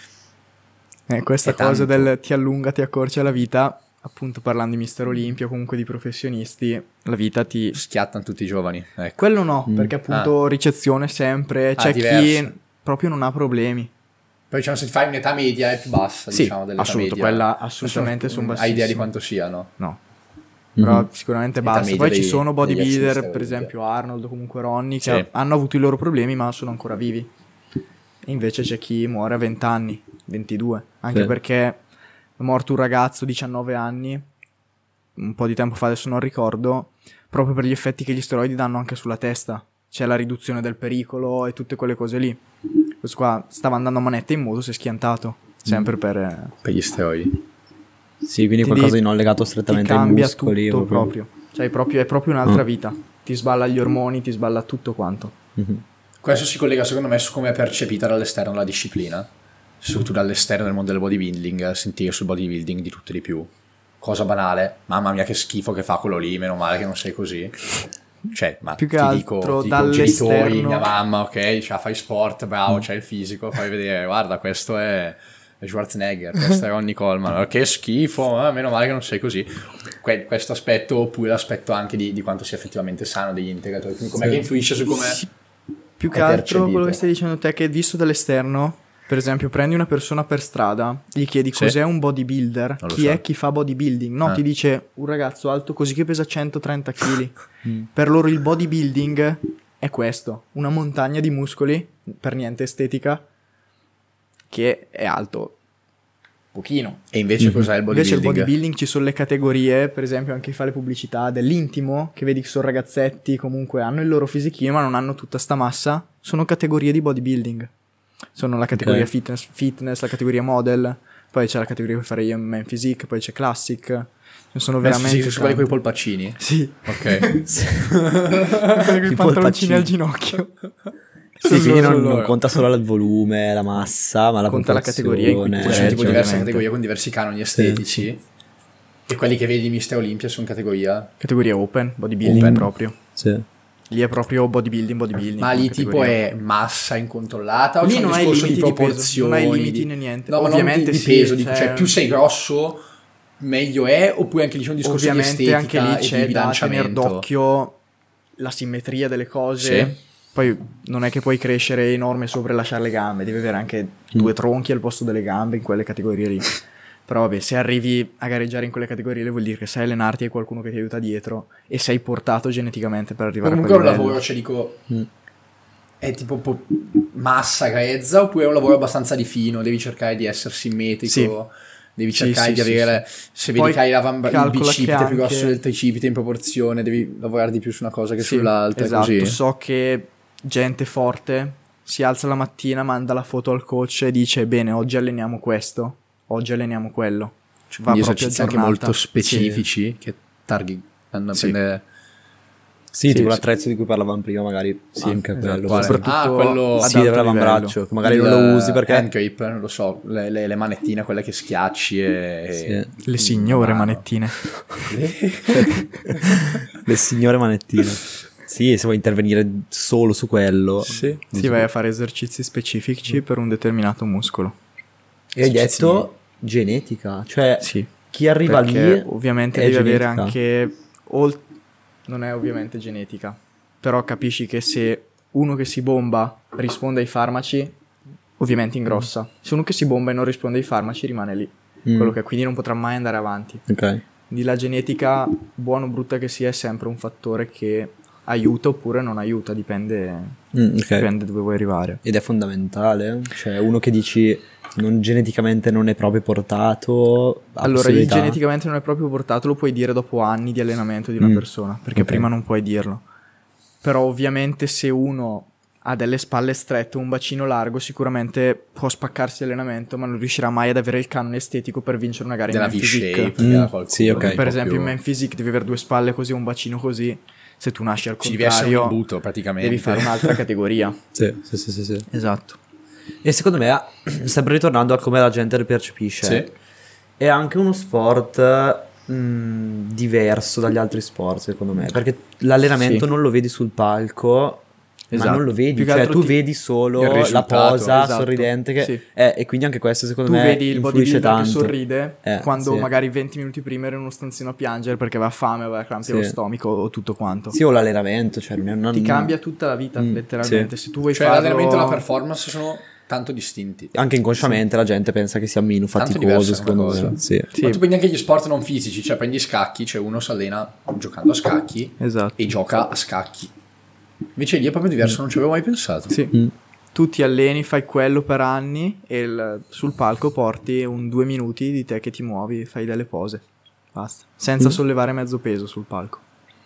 eh, questa cosa tanto. Del ti allunga, ti accorcia la vita, appunto parlando di Mister Olimpia o comunque di professionisti, la vita ti... schiattano tutti i giovani. Ecco. Quello no, mm. perché appunto ah. ricezione sempre, c'è ah, chi proprio non ha problemi. Poi diciamo se ti fai un'età media è più bassa, sì, diciamo, dell'età assoluto, media. Quella assolutamente sono bassissime. Hai idea di quanto siano? No. Però mm-hmm. sicuramente basta. Poi ci sono dei, bodybuilder, per esempio Arnold o comunque Ronnie, che sì. hanno avuto i loro problemi ma sono ancora vivi. E invece c'è chi muore a venti anni, ventidue, anche sì. perché è morto un ragazzo diciannove anni, un po' di tempo fa, adesso non ricordo, proprio per gli effetti che gli steroidi danno anche sulla testa. C'è la riduzione del pericolo e tutte quelle cose lì. Questo qua stava andando a manetta in moto, si è schiantato, sempre mm. per... per gli steroidi. Sì, quindi qualcosa di non legato strettamente ai muscoli. Tutto proprio. proprio. Cioè è proprio, è proprio un'altra mm. vita. Ti sballa gli ormoni, ti sballa tutto quanto. Mm-hmm. Questo si collega secondo me su come è percepita dall'esterno la disciplina. Soprattutto dall'esterno del mondo del bodybuilding, sentire sul bodybuilding di tutto e di più. Cosa banale, mamma mia che schifo che fa quello lì, meno male che non sei così. Cioè, ma più che ti altro dico, ti dico genitori, mia mamma, ok, cioè, fai sport, bravo, mm. c'hai il fisico, fai vedere, guarda, questo è... Schwarzenegger, questo è Ronnie Coleman, che schifo, eh? Meno male che non sei così. Que- questo aspetto, oppure l'aspetto anche di, di quanto sia effettivamente sano degli integratori, quindi com'è sì. che influisce su come sì. più che altro quello che stai dicendo te, che visto dall'esterno, per esempio prendi una persona per strada, gli chiedi sì. cos'è un bodybuilder, chi so. è chi fa bodybuilding, no, ah. ti dice un ragazzo alto così che pesa centotrenta chili. mm. Per loro il bodybuilding è questo, una montagna di muscoli, per niente estetica, che è alto pochino. E invece mm-hmm. cos'è il bodybuilding? Invece il bodybuilding ci sono le categorie, per esempio anche chi fa le pubblicità dell'intimo, che vedi che sono ragazzetti, comunque hanno il loro fisichino ma non hanno tutta sta massa, sono categorie di bodybuilding. Sono la categoria okay. fitness, fitness, la categoria model, poi c'è la categoria che fare io man physique, poi c'è classic. Ce sono veramente physique, quelli con i polpaccini? Sì. Ok. Quelli con i pantaloncini al ginocchio. Sì, quindi non, non conta solo il volume, la massa, ma la conta la categoria in cui tu c'è tipo diverse categorie con diversi canoni estetici. Sì. E quelli che vedi di Mister Olimpia sono categoria categoria open, bodybuilding open. proprio. Sì. Lì è proprio bodybuilding, bodybuilding. Ma lì tipo è massa incontrollata o lì c'è un discorso di proporzioni? Non hai limiti né niente. No, ovviamente di, di peso, sì, cioè... cioè più sei grosso meglio è, oppure anche lì c'è un discorso ovviamente di estetica anche lì e c'è di da tenere d'occhio la simmetria delle cose. Sì. Poi non è che puoi crescere enorme sopra e lasciare le gambe, devi avere anche due tronchi al posto delle gambe in quelle categorie lì. Però vabbè, se arrivi a gareggiare in quelle categorie lì vuol dire che sai allenarti e qualcuno che ti aiuta dietro e sei portato geneticamente per arrivare Comunque a è quel un livello. lavoro, cioè dico, è tipo po- massa grezza oppure è un lavoro abbastanza di fino, devi cercare di essere simmetrico, Sì. devi Sì, cercare sì, di sì, avere, sì. se vedi Poi che hai l'avamba- il calcola bicipite che più grosso anche- del tricipite in proporzione, devi lavorare di più su una cosa che Sì, sull'altra, esatto. così. So che gente forte si alza la mattina, manda la foto al coach e dice bene, oggi alleniamo questo, oggi alleniamo quello. Va Quindi proprio esercizi anche aggiornata. molto specifici che targhi vanno a Sì. prendere. Sì, Sì, tipo sì. l'attrezzo di cui parlavamo prima, magari Sì, anche esatto. quello. Quale? Soprattutto Ah, quello- ad Sì, alto deve livello. l'avambraccio, che magari Il non lo usi perché... hand grip, non lo so, le, le, le manettine, quelle che schiacci e... Sì. Le signore Mano. manettine. Le signore manettine. Sì, se vuoi intervenire solo su quello. Sì. Sì, vai a fare esercizi specifici per un determinato muscolo. E hai Esercizi- detto genetica, cioè Sì. chi arriva Perché lì ovviamente è devi avere genetica. anche ol- non è ovviamente genetica, però capisci che se uno che si bomba risponde ai farmaci, ovviamente ingrossa. Se uno che si bomba e non risponde ai farmaci rimane lì. Mm. Quello che quindi non potrà mai andare avanti. Ok. Quindi la genetica, buona o brutta che sia, è sempre un fattore che aiuta oppure non aiuta, dipende, Mm, ok. dipende dove vuoi arrivare. Ed è fondamentale, cioè uno che dici non geneticamente non è proprio portato. ha Allora, il possibilità? geneticamente non è proprio portato, lo puoi dire dopo anni di allenamento di una Mm. persona, perché Ok. prima non puoi dirlo. Però ovviamente se uno ha delle spalle strette o un bacino largo, sicuramente può spaccarsi l'allenamento, ma non riuscirà mai ad avere il canone estetico per vincere una gara della in man physique. V-shape. Mm, che ha qualcuno sì, ok. che Per proprio- esempio in man physique devi avere due spalle così, un bacino così. Se tu nasci al ci devi essere un contrario, imbuto praticamente. devi fare un'altra categoria. Sì, sì, sì, sì, sì. Esatto. E secondo me, sempre ritornando a come la gente lo percepisce, Sì. è anche uno sport mh, diverso dagli altri sport, secondo me, perché l'allenamento Sì. non lo vedi sul palco. Esatto. Ma non lo vedi, Più che cioè altro tu ti- vedi solo il la risultato. posa Esatto. sorridente che Sì. eh, e quindi anche questo secondo Tu me vedi il influisce bodybuilder che tanto. sorride Eh, quando sì. magari venti minuti prima era in uno stanzino a piangere perché aveva fame, aveva crampi allo Sì. stomaco o tutto quanto. Sì, o l'allenamento, cioè non è- non- Ti cambia tutta la vita, Mm, letteralmente. Se tu vuoi Cioè farlo... l'allenamento e la performance sono tanto distinti. anche inconsciamente la gente pensa che sia meno Tanto faticoso, diversa secondo come me. cosa. Sì. Sì. Ma tu prendi anche gli sport non fisici, cioè prendi scacchi, cioè uno si allena giocando a scacchi Esatto. e gioca a scacchi. Invece lì è proprio diverso, non ci avevo mai pensato. Sì. Mm. Tu ti alleni, fai quello per anni e il- sul palco porti un due minuti di te che ti muovi, fai delle pose. Basta. Senza Mm. sollevare mezzo peso sul palco.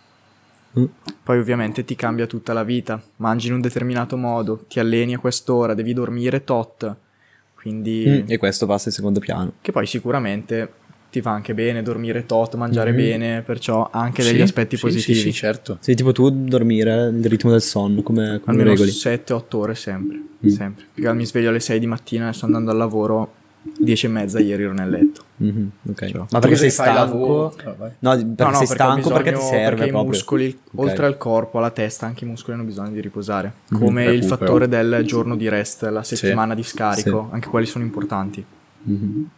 Mm. Poi ovviamente ti cambia tutta la vita. Mangi in un determinato modo, ti alleni a quest'ora, devi dormire tot. Quindi... Mm, E questo passa in secondo piano. Che poi sicuramente ti fa anche bene dormire tot, mangiare Mm. bene, perciò ha anche degli Sì, aspetti sì, positivi. Sì, sì, certo. Sì, tipo tu dormire, il ritmo del sonno, come, come lo Almeno regoli? sette otto ore sempre, Mm. sempre. Perché mi sveglio alle sei di mattina e sto andando al lavoro, dieci e mezza ieri ero nel letto. Mhm, ok. Cioè, Ma perché Tu sei se fai stanco? lavoro- Ah, vai. No, perché No, no, sei perché ho stanco, perché ti bisogno- serve perché i proprio. muscoli, Ok. oltre al corpo, alla testa, anche i muscoli hanno bisogno di riposare. Mhm. Come il Recupero. fattore del giorno di rest, la settimana di scarico, anche quelli sono importanti. Mhm.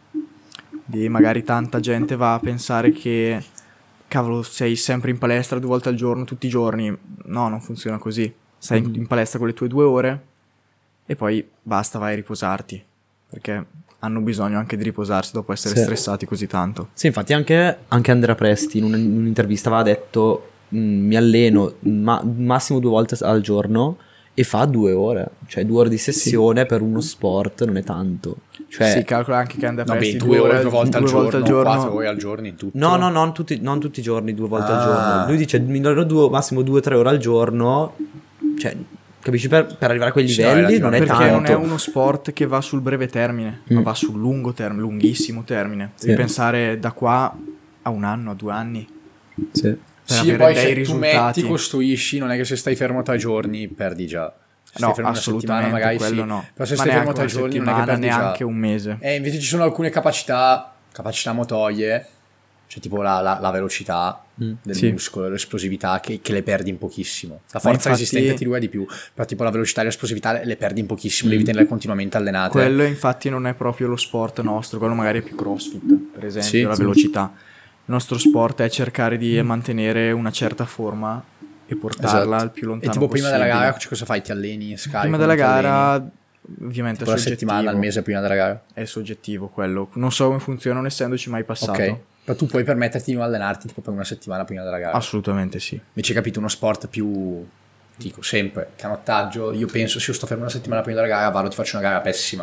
Di magari tanta gente va a pensare che cavolo sei sempre in palestra due volte al giorno tutti i giorni. No, non funziona così. Stai in- in palestra con le tue due ore e poi basta, vai a riposarti, perché hanno bisogno anche di riposarsi dopo essere Sì. stressati così tanto. Sì, infatti anche, anche Andrea Presti in, un- in un'intervista aveva detto "Mm, mi alleno ma- massimo due volte al giorno e fa due ore, cioè due ore di sessione per uno sport non è tanto. Cioè, Si calcola anche che andrà No, beh, presti due ore due volte, due al, volte giorno, quattro ore al giorno in tutto. no, no, non tutti, non tutti i giorni, due volte al Ah. giorno. Lui dice mi alleno due, massimo due o tre ore al giorno, cioè, capisci, per, per arrivare a quei Sì, no, livelli hai non è ragione. Perché tanto. non è uno sport che va sul breve termine, ma Mm. va sul lungo termine, lunghissimo termine. Sì. Devi pensare da qua a un anno, a due anni. Sì. per Sì, avere poi dei se tu risultati. metti, costruisci, non è che se stai fermo tre giorni perdi già. Se stai No, fermo una settimana assolutamente, magari quello sì. no. Però se Ma stai fermo neanche tre una giorni non è che settimana, perdi già. neanche un mese. E invece ci sono alcune capacità, capacità motorie, cioè tipo la, la- la velocità Mm. del Sì. muscolo, l'esplosività, che, che le perdi in pochissimo. La Ma forza infatti- resistente ti dura di più, però tipo la velocità e l'esplosività le, le perdi in pochissimo, Mm. devi tenerle continuamente allenate. Quello infatti non è proprio lo sport nostro, quello magari è più CrossFit, per esempio, Sì, la sì. velocità. Il nostro sport è cercare di mantenere una certa forma e portarla Esatto. il più lontano E tipo possibile. prima della gara cioè, cosa fai? Ti alleni? Scarichi? Prima della ti alleni? gara ovviamente Tipo è la soggettivo. settimana, al mese prima della gara? È soggettivo quello. Non so come funziona non essendoci mai passato. Ok, ma tu puoi permetterti di non allenarti tipo per una settimana prima della gara? Assolutamente sì. Invece capito uno sport più, dico sempre, canottaggio, io penso se io sto fermo una settimana prima della gara vado ti faccio una gara pessima,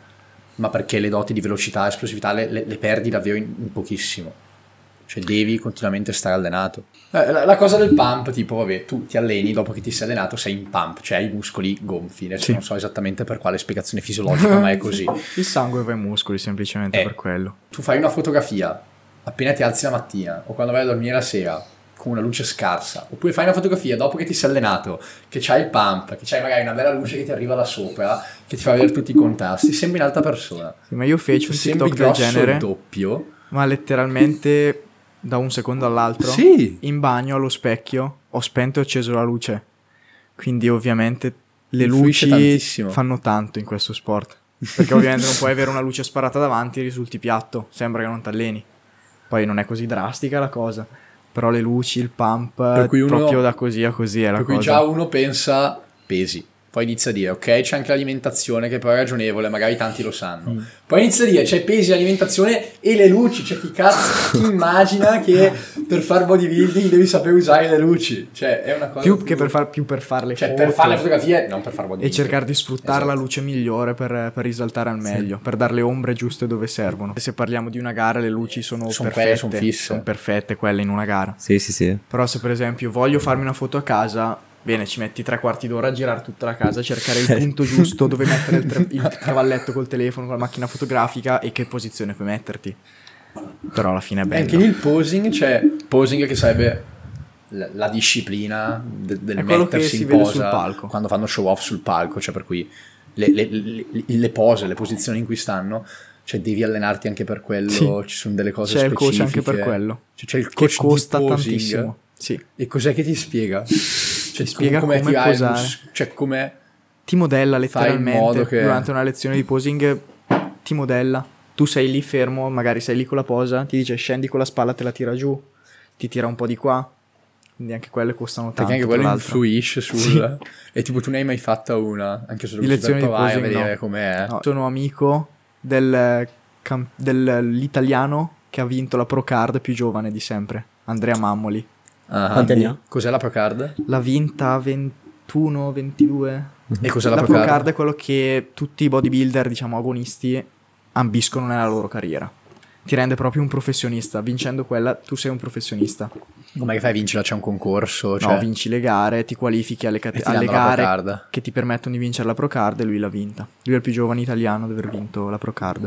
ma perché le doti di velocità e esplosività le, le, le perdi davvero in, in pochissimo, cioè devi continuamente stare allenato. Eh, La, la cosa del pump, tipo vabbè, tu ti alleni dopo che ti sei allenato sei in pump, cioè hai i muscoli gonfi, adesso Sì. non so esattamente per quale spiegazione fisiologica ma è così. Il sangue va ai muscoli semplicemente Eh. per quello. Tu fai una fotografia appena ti alzi la mattina o quando vai a dormire la sera con una luce scarsa, oppure fai una fotografia dopo che ti sei allenato, che c'hai il pump, che c'hai magari una bella luce che ti arriva da sopra, che ti fa vedere tutti i contrasti, sembri un'altra persona. Sì, ma io feci un Sembri TikTok del grosso genere, il doppio. ma letteralmente da un secondo all'altro, Sì. in bagno allo specchio, ho spento e acceso la luce. Quindi ovviamente le Influisce luci tantissimo. fanno tanto in questo sport. Perché ovviamente non puoi avere una luce sparata davanti e risulti piatto, sembra che non t'alleni. Poi non è così drastica la cosa, però le luci, il pump, Per cui uno- proprio da così a così è la Per cui cosa. già uno pensa pesi, poi inizia a dire ok c'è anche l'alimentazione che però è ragionevole, magari tanti lo sanno, Mm. poi inizia a dire c'è pesi, alimentazione e le luci, cioè chi cazzo ti immagina che per far bodybuilding devi sapere usare le luci, cioè è una cosa Più che per, far, più per fare le cioè foto. per fare le fotografie non per far E bodybuilding cercare di sfruttare Esatto. la luce migliore per, per risaltare al meglio, per dare le ombre giuste dove servono. Se parliamo di una gara, le luci sono Sono perfette, quelle, sono fisse. sono perfette quelle in una gara. Sì, sì, sì. Però se per esempio voglio farmi una foto a casa, bene, ci metti tre quarti d'ora a girare tutta la casa, cercare il punto giusto dove mettere il, tre- il cavalletto col telefono, con la macchina fotografica e che posizione puoi metterti. Però alla fine è E bello. anche lì il posing, cioè posing che sarebbe la, la disciplina de- del È quello che mettersi si in vede posa sul palco. quando fanno show off sul palco, cioè per cui le, le- le- le pose, le posizioni in cui stanno, cioè devi allenarti anche per quello, Sì. ci sono delle cose C'è il coach specifiche. anche per quello. Cioè, c'è il Che coach costa di posing. tantissimo. Sì. E cos'è che ti spiega? Cioè, Ti spiega come tirare il posare. mus- cioè come Ti modella Fai in letteralmente modo che- durante una lezione di posing, ti modella. Tu sei lì fermo, magari sei lì con la posa, ti dice scendi con la spalla, te la tira giù, ti tira un po' di qua. Quindi anche quelle costano tanto. perché anche tra quello l'altro. influisce sul Sì. e tipo tu ne hai mai fatta una anche solo Di così per lezioni di provare a posing, vedere no. com'è. No, sono amico del, cam- dell'italiano che ha vinto la Pro Card più giovane di sempre, Andrea Mammoli. Ah, Quanti anni ha? cos'è la Pro Card? L'ha vinta a ventuno ventidue. E cos'è la, La Pro Pro Card? Card è quello che tutti i bodybuilder, diciamo agonisti, ambiscono nella loro carriera. Ti rende proprio un professionista. Vincendo quella, tu sei un professionista. Come che fai a vincerla? C'è un concorso? Cioè... No, vinci le gare, ti qualifichi alle, cate- E ti alle danno la Pro gare Card. che ti permettono di vincere la Pro Card e lui l'ha vinta. Lui è il più giovane italiano ad aver vinto la Pro Card.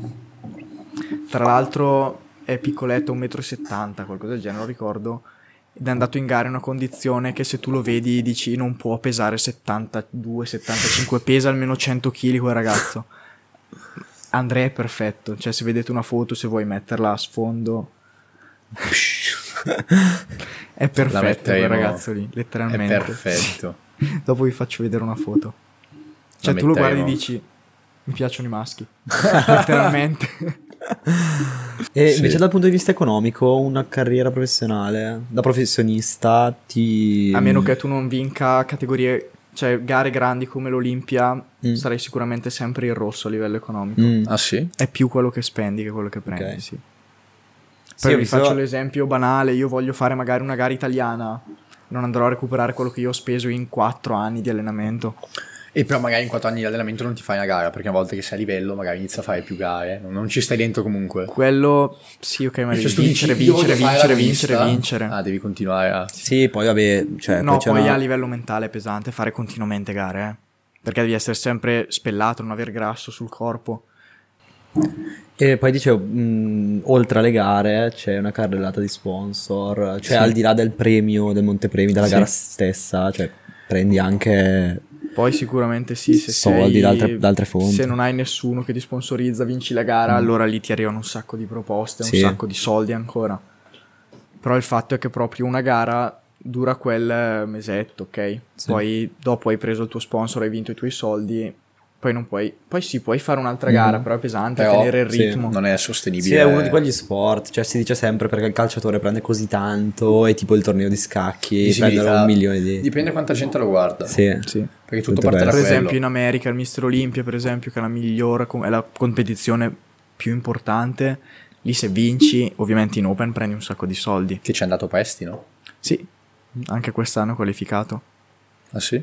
Tra l'altro è piccoletto, un metro e settanta, qualcosa del genere, non ricordo. Ed è andato in gara in una condizione che se tu lo vedi dici non può pesare settantadue settantacinque, pesa almeno cento chili quel ragazzo. Andrea è perfetto, cioè se vedete una foto, se vuoi metterla a sfondo, è perfetto quel metteremo. ragazzo lì, È letteralmente. perfetto. Sì. Dopo vi faccio vedere una foto. Cioè La tu lo guardi e metteremo. dici mi piacciono i maschi, letteralmente. E Sì. invece dal punto di vista economico, una carriera professionale, da professionista, ti... A meno che tu non vinca categorie, cioè gare grandi come l'Olimpia, Mm. sarai sicuramente sempre in rosso a livello economico. Mm. Ah sì? È più quello che spendi che quello che prendi, Ok. sì. Sì, Poi ho vi visto- faccio l'esempio banale, io voglio fare magari una gara italiana, non andrò a recuperare quello che io ho speso in quattro anni di allenamento. E però magari in quattro anni di allenamento non ti fai una gara, perché una volta che sei a livello magari inizi a fare più gare, non, non ci stai dentro comunque. Quello, sì, ok, ma Cioè, devi tu dici, vincere, io vincere, voglio fare vincere, la vincere, lista. vincere. Ah, devi continuare a... Sì, poi vabbè, cioè... No, c'è poi una- a livello mentale è pesante fare continuamente gare, eh. Perché devi essere sempre spellato, non aver grasso sul corpo. E poi dicevo, mh, oltre alle gare c'è una carrellata di sponsor, cioè Sì. al di là del premio, del montepremi, della Sì. gara stessa, cioè prendi anche... Poi sicuramente sì, se Soldi sei, da altre- da altre fonti. se non hai nessuno che ti sponsorizza, vinci la gara, Mm. allora lì ti arrivano un sacco di proposte, Sì. un sacco di soldi ancora. Però il fatto è che proprio una gara dura quel mesetto, ok? Sì. Poi dopo hai preso il tuo sponsor, hai vinto i tuoi soldi, poi non puoi, poi sì, puoi fare un'altra gara, Mm. però è pesante Però, tenere il sì, ritmo. non è Sì, sostenibile. è uno di quegli sport, cioè si dice sempre perché il calciatore prende così tanto, è tipo il torneo di scacchi, Visibilità. prendono un milione di... Dipende quanta gente lo guarda. Sì, Sì. Perché tutto Tutto parte da Per questo. quello. esempio in America il mister Olympia, per esempio, che è la migliore, com- è la competizione più importante, lì se vinci, ovviamente in Open prendi un sacco di soldi. Che ci è andato Pesti, no? Sì, anche quest'anno è qualificato. Ah sì?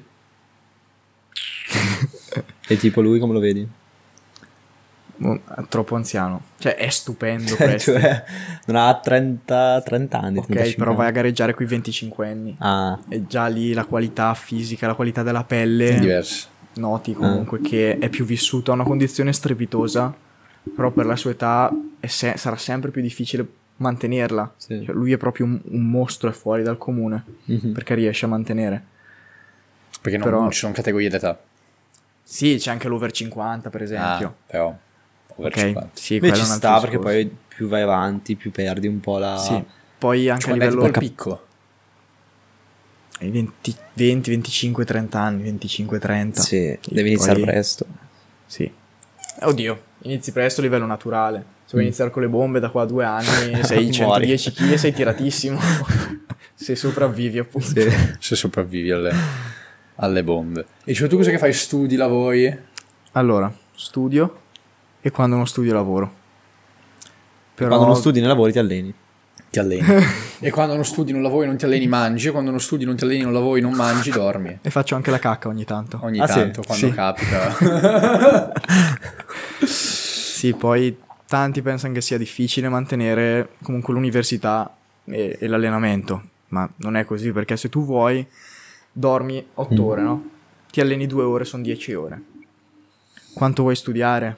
E tipo lui come lo vedi? Oh, è troppo anziano. Cioè, è stupendo Cioè, questo. non ha trenta, trenta anni. Ok, trentacinque però vai a anni. gareggiare con i venticinquenni. Ah, E già lì la qualità fisica, la qualità della È pelle, diverso. noti comunque che è più vissuto, ha una condizione strepitosa, però per la sua età è se- sarà sempre più difficile mantenerla. sì. Cioè, lui è proprio un, un mostro, è fuori dal comune, Mhm. perché riesce a mantenere. Perché non, Però- non ci sono categorie d'età. Sì, c'è anche l'over cinquanta, per Ah, esempio. però. Over Ok, cinquanta. sì, Beh, quello ci è un altro sta perché discorso. poi più vai avanti, più perdi un po' la... Sì, poi anche a Quando è tipo livello il picco. ai venti, venti, venticinque, trenta anni, venticinque, trenta. Sì, E devi iniziare poi- presto. Sì. Eh, Oddio, inizi presto a livello naturale. Se vuoi Mm. iniziare con le bombe da qua a due anni, sei Muori. centodieci chili e sei tiratissimo. Se sopravvivi, appunto. Sì. Se sopravvivi alle, alle bombe. E cioè tu cosa che fai? Studi, lavori? Allora, studio e quando non studio lavoro. Però Quando non studi né lavori ti alleni. Ti alleni. E quando non studi, non lavori, non ti alleni, mangi. E quando non studi, non ti alleni, non lavori, non mangi, dormi. E faccio anche la cacca ogni tanto. Ogni Ah, sì? tanto, quando Sì. capita. Sì, poi tanti pensano che sia difficile mantenere comunque l'università e, e l'allenamento, ma non è così, perché se tu vuoi dormi otto ore, no? Ti alleni due ore, sono dieci ore. Quanto vuoi studiare?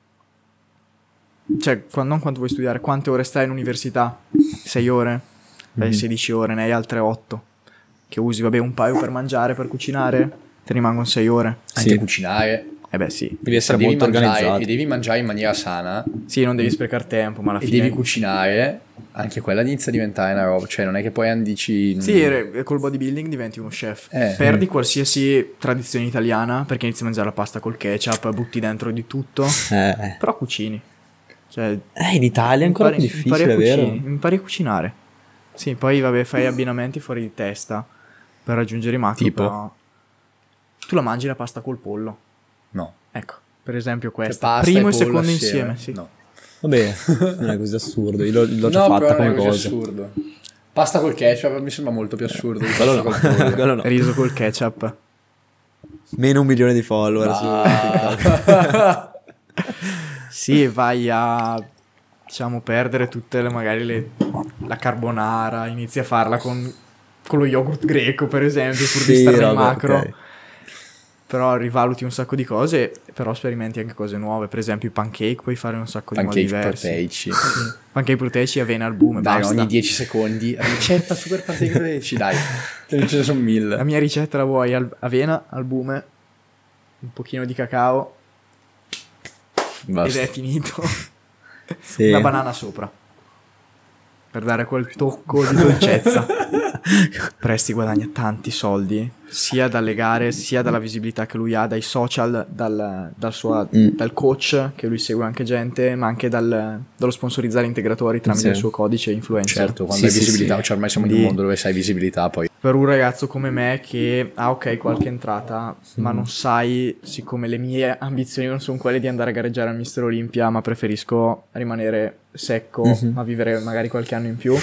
Cioè, qua- non quanto vuoi studiare, quante ore stai in università? sei ore? Beh, sedici ore, ne hai altre otto. Che usi, vabbè, un paio per mangiare, per cucinare, te ne rimangono sei ore. Anche Sì. cucinare. Eh beh, sì. Devi essere devi molto mangiare, organizzato. e devi mangiare in maniera sana. Sì, non devi sprecare tempo, ma alla E fine... devi cucinare. Anche quella inizia a diventare una roba. Cioè, non è che poi dici. Sì, re- col bodybuilding diventi uno chef. Eh. Perdi qualsiasi tradizione italiana perché inizi a mangiare la pasta col ketchup, butti dentro di tutto, Eh. però cucini. Cioè, Eh, in Italia è ancora impari- più impari a difficile, vero? cucini- Impari a cucinare. Sì, poi vabbè, fai abbinamenti fuori di testa per raggiungere i macro, Tipo? però tu la mangi la pasta col pollo. No. Ecco, per esempio Cioè, questa. pasta Primo e e pollo secondo assieme. insieme, sì. No. Vabbè, non è così assurdo. Io l'ho, l'ho già No, fatta però non come è così cosa. assurdo. Pasta col ketchup mi sembra molto più assurdo di Quello pasta no. col pollo. Quello no. Riso col ketchup. Meno un milione di follower su TikTok. Ah. Sì, vai a, diciamo, perdere tutte le, magari le, la carbonara, inizi a farla con, con lo yogurt greco, per esempio, pur di Sì, stare nel vabbè, macro. ok. Però rivaluti un sacco di cose, però sperimenti anche cose nuove. Per esempio i pancake puoi fare un sacco di modi Pancake diversi. proteici. Pancake proteici, avena, albume, Dai, basta. ogni dieci secondi. Ricetta super pancake proteici, dai. Ce ne sono mille. La mia ricetta la vuoi al- avena, albume, un pochino di cacao Basta. ed è finito. Sì. Una banana sopra. Per dare quel tocco di dolcezza. Presti guadagna tanti soldi, sia dalle gare, sia dalla visibilità che lui ha, dai social, dal, dal, suo, Mm. dal coach, che lui segue anche gente, ma anche dal, dallo sponsorizzare integratori tramite Sì. il suo codice influencer. Certo, quando Sì, hai sì, visibilità, sì. cioè ormai siamo in un Quindi- mondo dove sai visibilità poi. Per un ragazzo come me che ha ok qualche entrata, ma non sai, siccome le mie ambizioni non sono quelle di andare a gareggiare al mister Olympia, ma preferisco rimanere secco, Mhm. ma vivere magari qualche anno in più,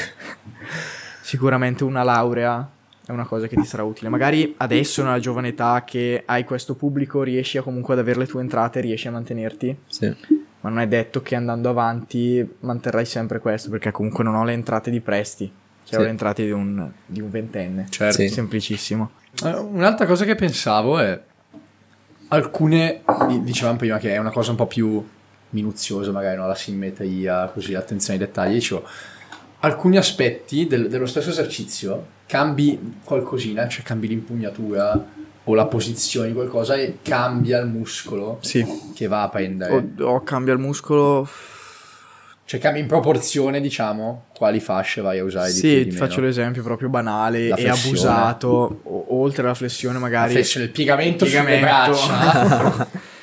sicuramente una laurea è una cosa che ti sarà utile. Magari adesso nella giovane età che hai questo pubblico riesci a comunque ad avere le tue entrate, riesci a mantenerti, Sì. ma non è detto che andando avanti manterrai sempre questo, perché comunque non ho le entrate di presti, cioè Sì. ho le entrate di un, di un ventenne. Certo. Sì. Semplicissimo. Eh, Un'altra cosa che pensavo è alcune, di- dicevamo prima che è una cosa un po' più minuziosa, magari no? La simmetria, così, l'attenzione ai dettagli, dicevo, alcuni aspetti del- dello stesso esercizio cambi qualcosina, cioè cambi l'impugnatura o la posizione di qualcosa e cambia il muscolo Sì. che va a prendere. O, o cambia il muscolo. Cioè cambia in proporzione, diciamo, quali fasce vai a usare di più Sì, di ti meno. faccio l'esempio proprio banale La e flessione. abusato. O- oltre alla flessione, La magari. flessione, il piegamento, sulle Piegamento. braccia.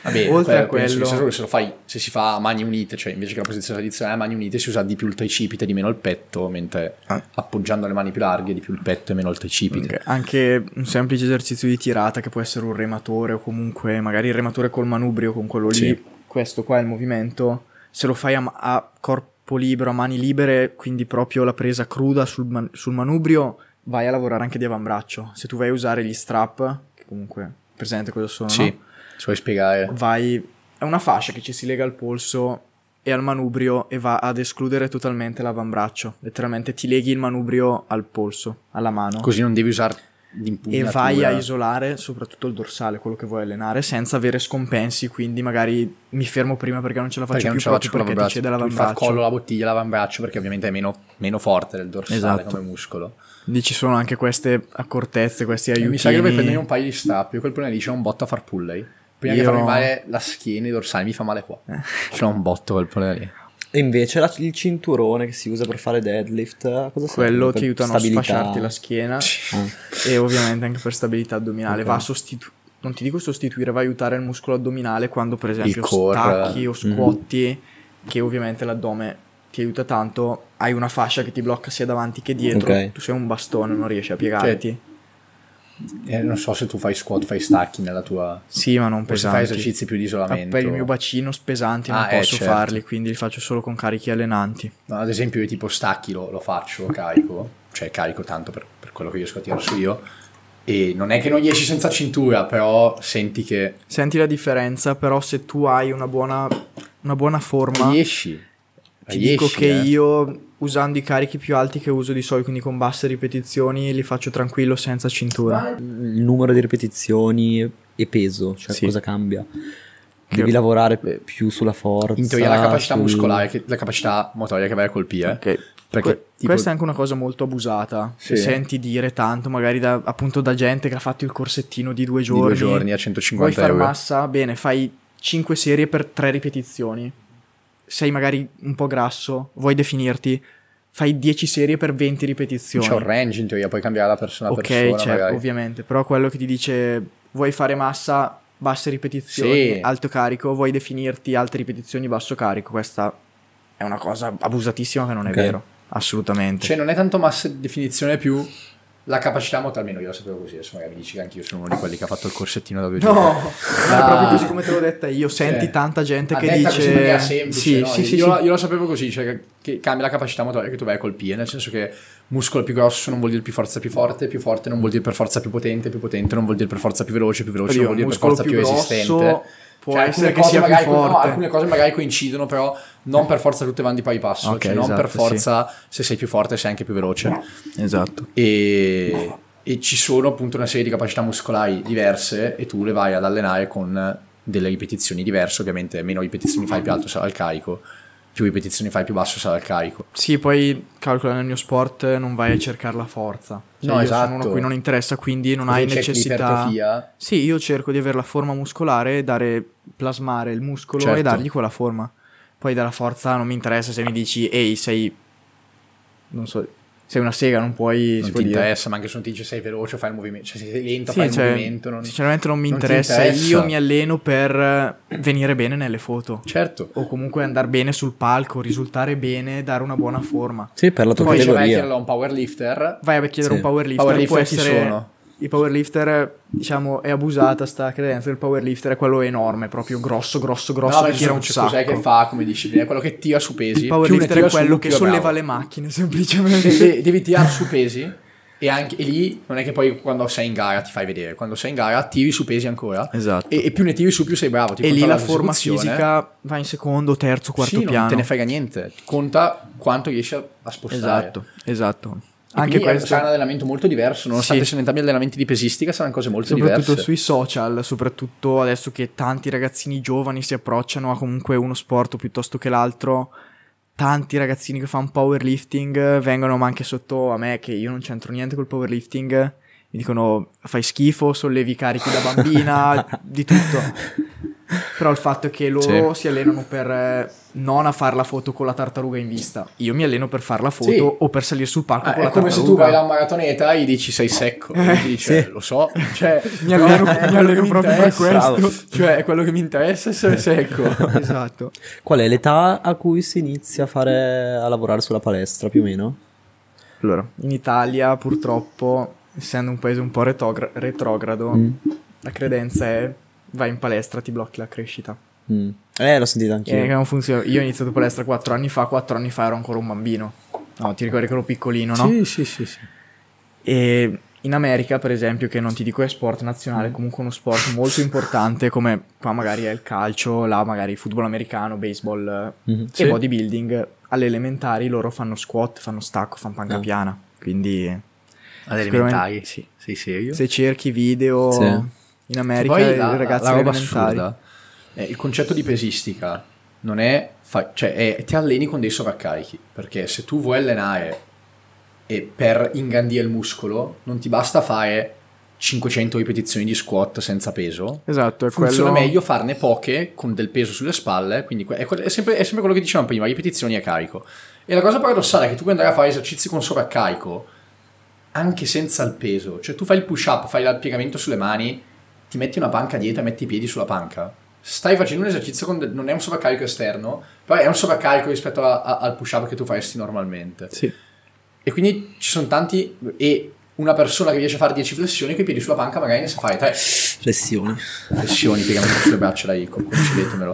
Vabbè, oltre a penso che quello, se lo fai, se si fa a mani unite, cioè invece che la posizione tradizionale a mani unite si usa di più il tricipite, di meno il petto, mentre Ah. appoggiando le mani più larghe di più il petto e meno il tricipite. ok, anche un semplice esercizio di tirata che può essere un rematore o comunque magari il rematore col manubrio, con quello lì, Sì. questo qua è il movimento, se lo fai a, ma- a corpo libero, a mani libere, quindi proprio la presa cruda sul, man- sul manubrio, vai a lavorare anche di avambraccio. Se tu vai a usare gli strap, che comunque presente cosa sono, Sì, no? se vuoi spiegare. Vai, è una fascia che ci si lega al polso e al manubrio e va ad escludere totalmente l'avambraccio. Letteralmente ti leghi il manubrio al polso, alla mano. Così non devi usare E l'impugnatura. vai a isolare soprattutto il dorsale, quello che vuoi allenare, senza avere scompensi, quindi magari mi fermo prima perché non ce la faccio perché non più ce la faccio proprio con perché ti l'avambraccio. cede Tu fai l'avambraccio. collo la bottiglia, l'avambraccio, perché ovviamente è meno, meno forte del dorsale Esatto. come muscolo. Quindi ci sono anche queste accortezze, questi E aiutini. mi sa che dovrei prendere un paio di strappi. Io quel problema lì c'è un botto a far pulley. Prima Io- che farmi male la schiena, i dorsali, mi fa male qua. C'è un botto quel problema lì. E invece la- il cinturone che si usa per fare deadlift, cosa serve? Quello Per ti aiuta a non stabilità? sfasciarti la schiena Ah. e ovviamente anche per stabilità addominale. Ok. Va a sostitu- non ti dico sostituire, va a aiutare il muscolo addominale quando per esempio core. stacchi o Mhm. squatti, che ovviamente l'addome ti aiuta tanto. Hai una fascia che ti blocca sia davanti che dietro. Ok. Tu sei un bastone, non riesci a piegarti. Eh, non so se tu fai squat, fai stacchi nella tua... Sì, ma non O se pesanti. fai esercizi più di Ah, isolamento. per il mio bacino pesanti non Ah, eh, posso certo. farli, quindi li faccio solo con carichi allenanti. No, ad esempio io tipo stacchi lo, lo faccio, carico, cioè carico tanto per, per quello che riesco a tirare su io, e non è che non riesci senza cintura, però senti che Senti la differenza, però se tu hai una buona, una buona forma, riesci. ti riesci, dico che eh. io usando i carichi più alti che uso di solito, quindi con basse ripetizioni, li faccio tranquillo senza cintura. Il numero di ripetizioni e peso, cioè Sì. cosa cambia? Che- Devi lavorare più sulla forza. In teoria la capacità sul- muscolare, che- la capacità motoria che vai a colpire, Ok. perché Que- tipo- Questa è anche una cosa molto abusata. Sì. Che senti dire tanto, magari da, appunto da gente che ha fatto il corsettino di due di giorni. due giorni a Vuoi centocinquanta far euro. massa? Bene, fai cinque serie per tre ripetizioni. Sei magari un po' grasso, vuoi definirti? Fai dieci serie per venti ripetizioni. C'è un range in teoria, puoi cambiare da persona a Ok, persona certo, magari. ovviamente. Però quello che ti dice vuoi fare massa, basse ripetizioni, Sì. alto carico, vuoi definirti alte ripetizioni, basso carico. Questa è una cosa abusatissima che non è Ok. vero. Assolutamente. Cioè non è tanto massa di definizione, è più la capacità motoria, almeno io la sapevo così, adesso magari mi dici che anch'io sono uno di quelli che ha fatto il corsettino da due giorni. No, La- è proprio così come te l'ho detta io. Senti Cioè, tanta gente a che detta così in maniera dice semplice, sì, no? sì, sì, io, sì. La, io la sapevo così, cioè che, che cambia la capacità motoria che tu vai a colpire, nel senso che muscolo più grosso non vuol dire più forza più forte, più forte non vuol dire per forza più potente, più potente non vuol dire per forza più veloce, più veloce Oddio, non vuol dire per muscolo forza più più, grosso esistente. può Cioè, essere alcune che cose sia più magari co- no, forte. alcune cose magari coincidono, però non per forza tutte vanno di pari passo, Ok, cioè non esatto, per forza se sei più forte sei anche più veloce. Esatto. E, e ci sono appunto una serie di capacità muscolari diverse e tu le vai ad allenare con delle ripetizioni diverse, ovviamente meno ripetizioni fai più alto sarà il carico, più ripetizioni fai più basso sarà il carico. Sì, poi calcola nel mio sport non vai a cercare la forza. Cioè, No, io esatto. sono uno a cui non interessa, quindi non Così hai cerchi necessità. l'ipertrofia. Sì, io cerco di avere la forma muscolare, dare plasmare il muscolo Certo. e dargli quella forma. Poi dalla forza non mi interessa se mi dici "Ehi, sei non so, sei una sega, non puoi Non si ti può dire. interessa, ma anche se non ti dice sei veloce fai il movimento, cioè se sei lento Sì, fai il cioè, movimento. Non... sinceramente non mi non ti interessa. interessa. Io mi alleno per venire bene nelle foto. Certo. O comunque andare bene sul palco, risultare bene, dare una buona forma. Sì, per la tua Poi se vai a categoria. chiederlo a un powerlifter, Vai a chiedere Sì. un powerlifter, Powerlifter può chi essere sono? i powerlifter, diciamo, è abusata sta credenza del powerlifter, è quello enorme, proprio grosso, grosso, grosso, no, che ma tira un c'è cos'è sacco. che fa come disciplina? È quello che tira su pesi. Il powerlifter Più ne è tira quello su, che più è solleva bravo. le macchine, semplicemente. Devi, devi tirare su pesi e anche e lì non è che poi quando sei in gara ti fai vedere, quando sei in gara tiri su pesi ancora. Esatto. E, e più ne tiri su più sei bravo. Ti E lì controlla la forma l'esecuzione. fisica va in secondo, terzo, quarto Sì, piano. non te ne frega niente. Conta quanto riesci a, a spostare. Esatto, esatto. E Anche quindi questo, sarà un allenamento molto diverso, nonostante Sì. siano entrambi allenamenti di pesistica, saranno cose molto soprattutto diverse. sui social, soprattutto adesso che tanti ragazzini giovani si approcciano a comunque uno sport piuttosto che l'altro, tanti ragazzini che fanno powerlifting vengono, ma anche sotto a me che io non c'entro niente col powerlifting, mi dicono fai schifo, sollevi carichi da bambina, di tutto. Però il fatto è che loro Sì. si allenano per eh, non a fare la foto con la tartaruga in vista. Io mi alleno per fare la foto Sì. o per salire sul palco Ah, con è la come se tartaruga. tu vai alla maratoneta e gli dici sei secco, e lui ti dice sì. lo so, cioè Mi alleno, no, è mi quello alleno che mi proprio per interessa. questo. Cioè è quello che mi interessa essere secco. Esatto. Qual è l'età a cui si inizia a fare a lavorare sulla palestra, più o meno? Allora, in Italia purtroppo, essendo un paese un po' retrogra- retrogrado, Mm. la credenza è vai in palestra, ti blocchi la crescita. Mm. Eh, l'ho sentito anch'io. E che non funziona. Io ho iniziato palestra quattro anni fa, quattro anni fa ero ancora un bambino. No, ti ricordi che ero piccolino, no? Sì, sì, sì, sì. E in America, per esempio, che non ti dico è sport nazionale, è comunque uno sport molto importante, come qua magari è il calcio, là magari football americano, baseball Mhm. e Sì. bodybuilding. Alle elementari loro fanno squat, fanno stacco, fanno panca Ah. piana. Quindi Alle sicuramente- elementari? sì. Sei serio? Se cerchi video Sì. in America, Poi i la, ragazzi la alle roba elementari. assurda è il concetto di pesistica non è, fa- cioè è, ti alleni con dei sovraccarichi, perché se tu vuoi allenare e per ingandire il muscolo non ti basta fare cinquecento ripetizioni di squat senza peso, Esatto, è funziona quello... meglio farne poche con del peso sulle spalle, quindi que- è, que- è sempre, è sempre quello che dicevamo prima, ripetizioni a carico. E la cosa paradossale è che tu puoi andare a fare esercizi con sovraccarico anche senza il peso, cioè tu fai il push up, fai il piegamento sulle mani, ti metti una panca dietro e metti i piedi sulla panca, stai facendo un esercizio con del- non è un sovraccarico esterno, però è un sovraccarico rispetto a- a- al push up che tu faresti normalmente. Sì. E quindi ci sono tanti, e una persona che riesce a fare dieci flessioni con i piedi sulla panca magari ne sa fare tre Flessioni. flessioni, piegamento sulle braccia, dai, concedetemi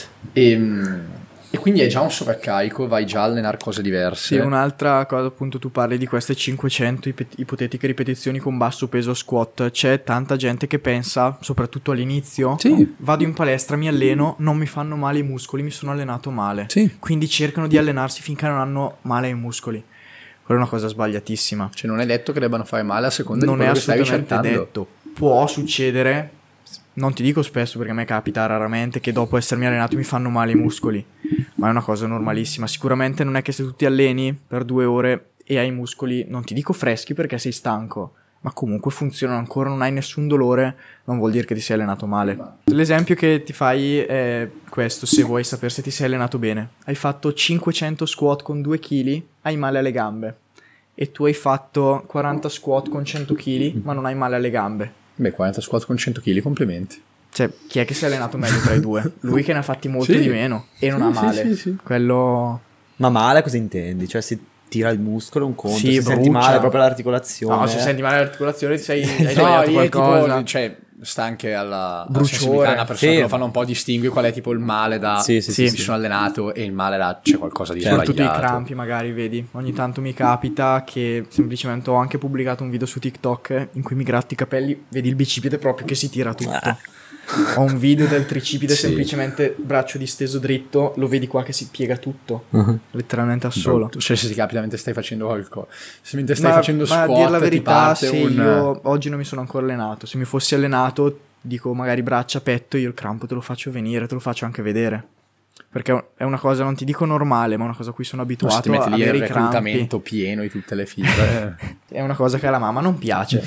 e, e quindi è già un sovraccarico, vai già a allenare cose diverse. Sì, un'altra cosa, appunto, tu parli di queste cinquecento ipet- ipotetiche ripetizioni con basso peso squat. C'è tanta gente che pensa, soprattutto all'inizio, Sì. vado in palestra, mi alleno, non mi fanno male i muscoli, mi sono allenato male. Sì. Quindi cercano di allenarsi finché non hanno male ai muscoli. Quella è una cosa sbagliatissima. Cioè non è detto che debbano fare male a seconda Non di è quello che stai assolutamente ricercando. detto. Può succedere, non ti dico spesso perché a me capita raramente, che dopo essermi allenato mi fanno male i muscoli, ma è una cosa normalissima. Sicuramente non è che se tu ti alleni per due ore e hai i muscoli, non ti dico freschi perché sei stanco, ma comunque funzionano ancora, non hai nessun dolore, non vuol dire che ti sei allenato male. L'esempio che ti fai è questo, se vuoi sapere se ti sei allenato bene. Hai fatto cinquecento squat con due chili, hai male alle gambe. E tu hai fatto quaranta squat con cento chili, ma non hai male alle gambe. Beh, quaranta squat con cento chili, complimenti. Cioè, chi è che si è allenato meglio tra i due? Lui che ne ha fatti molto Sì. di meno e non Sì, ha sì, male. sì, sì. Quello... Ma male cosa intendi? Cioè si tira il muscolo un conto, Sì, se senti brucia. male proprio l'articolazione. No, se senti male l'articolazione ti sei, hai No, sbagliato lì è qualcosa. tipo, cioè, sta anche alla, alla Bruciore. sensibilità. Una persona Sì. che lo fanno un po' distingue qual è tipo il male da Sì, sì, sì, mi sì. sono allenato e il male da c'è qualcosa di Soprattutto i sbagliato. crampi magari, vedi. Ogni tanto mi capita che semplicemente ho anche pubblicato un video su TikTok in cui mi gratti i capelli, vedi il bicipite proprio che si tira tutto. Ah. Ho un video del tricipite, Sì. semplicemente braccio disteso dritto, lo vedi qua che si piega tutto, Uh-huh. letteralmente a solo. Brutto. Cioè se ti capita mentre stai facendo qualcosa, se mentre stai ma, facendo ma a squat dir la ti verità, parte se un... io oggi non mi sono ancora allenato, se mi fossi allenato, dico magari braccia, petto, io il crampo te lo faccio venire, te lo faccio anche vedere. Perché è una cosa, non ti dico normale, ma è una cosa a cui sono se abituato ti metti a lì il avere i crampi. reclutamento pieno di tutte le fibre. È una cosa che alla mamma non piace.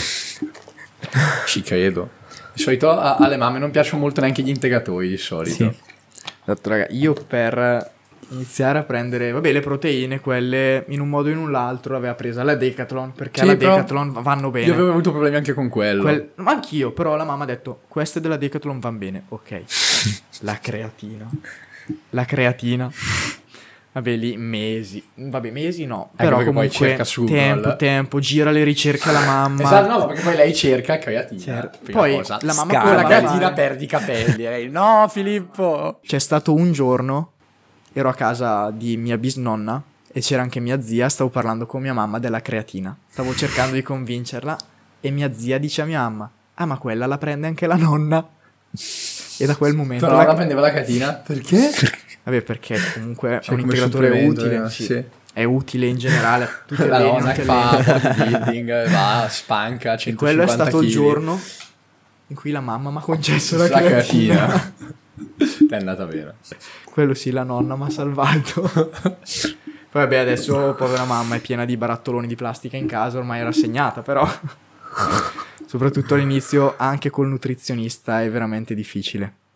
Ci credo. Di solito a- alle mamme non piacciono molto neanche gli integratori di solito. Sì. Esatto, raga, io per iniziare a prendere, vabbè, le proteine, quelle in un modo o in un altro l'aveva presa la Decathlon, perché Sì, alla però Decathlon vanno bene. Io avevo avuto problemi anche con quello. Quel- ma anch'io, però la mamma ha detto queste della Decathlon vanno bene. Ok. La creatina. La creatina. Vabbè, lì mesi. Vabbè, mesi no. Ecco Però perché poi comunque cerca su tempo, Google. tempo, gira le ricerche alla mamma. Esatto, no, ma perché poi lei cerca creatina. Certo. Prima Poi cosa. la mamma Scarta. cosa la va a creatina fare? perdi i capelli. E lei, no, Filippo. C'è stato un giorno, ero a casa di mia bisnonna e c'era anche mia zia, stavo parlando con mia mamma della creatina. Stavo cercando di convincerla e mia zia dice a mia mamma, ah ma quella la prende anche la nonna. E da quel momento... Però la- la prendeva la creatina? Perché? Vabbè, perché comunque Cioè, è un come integratore supplemento, utile. eh, sì. sì. È utile in generale. Tu te La alleni, nonna non che ti fa alleni. bodybuilding, va, spanca E centocinquanta quello è stato il chili. giorno in cui la mamma mi ha concesso la, La creatina. creatina. Ti è andata bene. Quello sì, la nonna mi ha salvato. Poi vabbè, adesso povera mamma è piena di barattoloni di plastica in casa, ormai è rassegnata, però soprattutto all'inizio anche col nutrizionista è veramente difficile.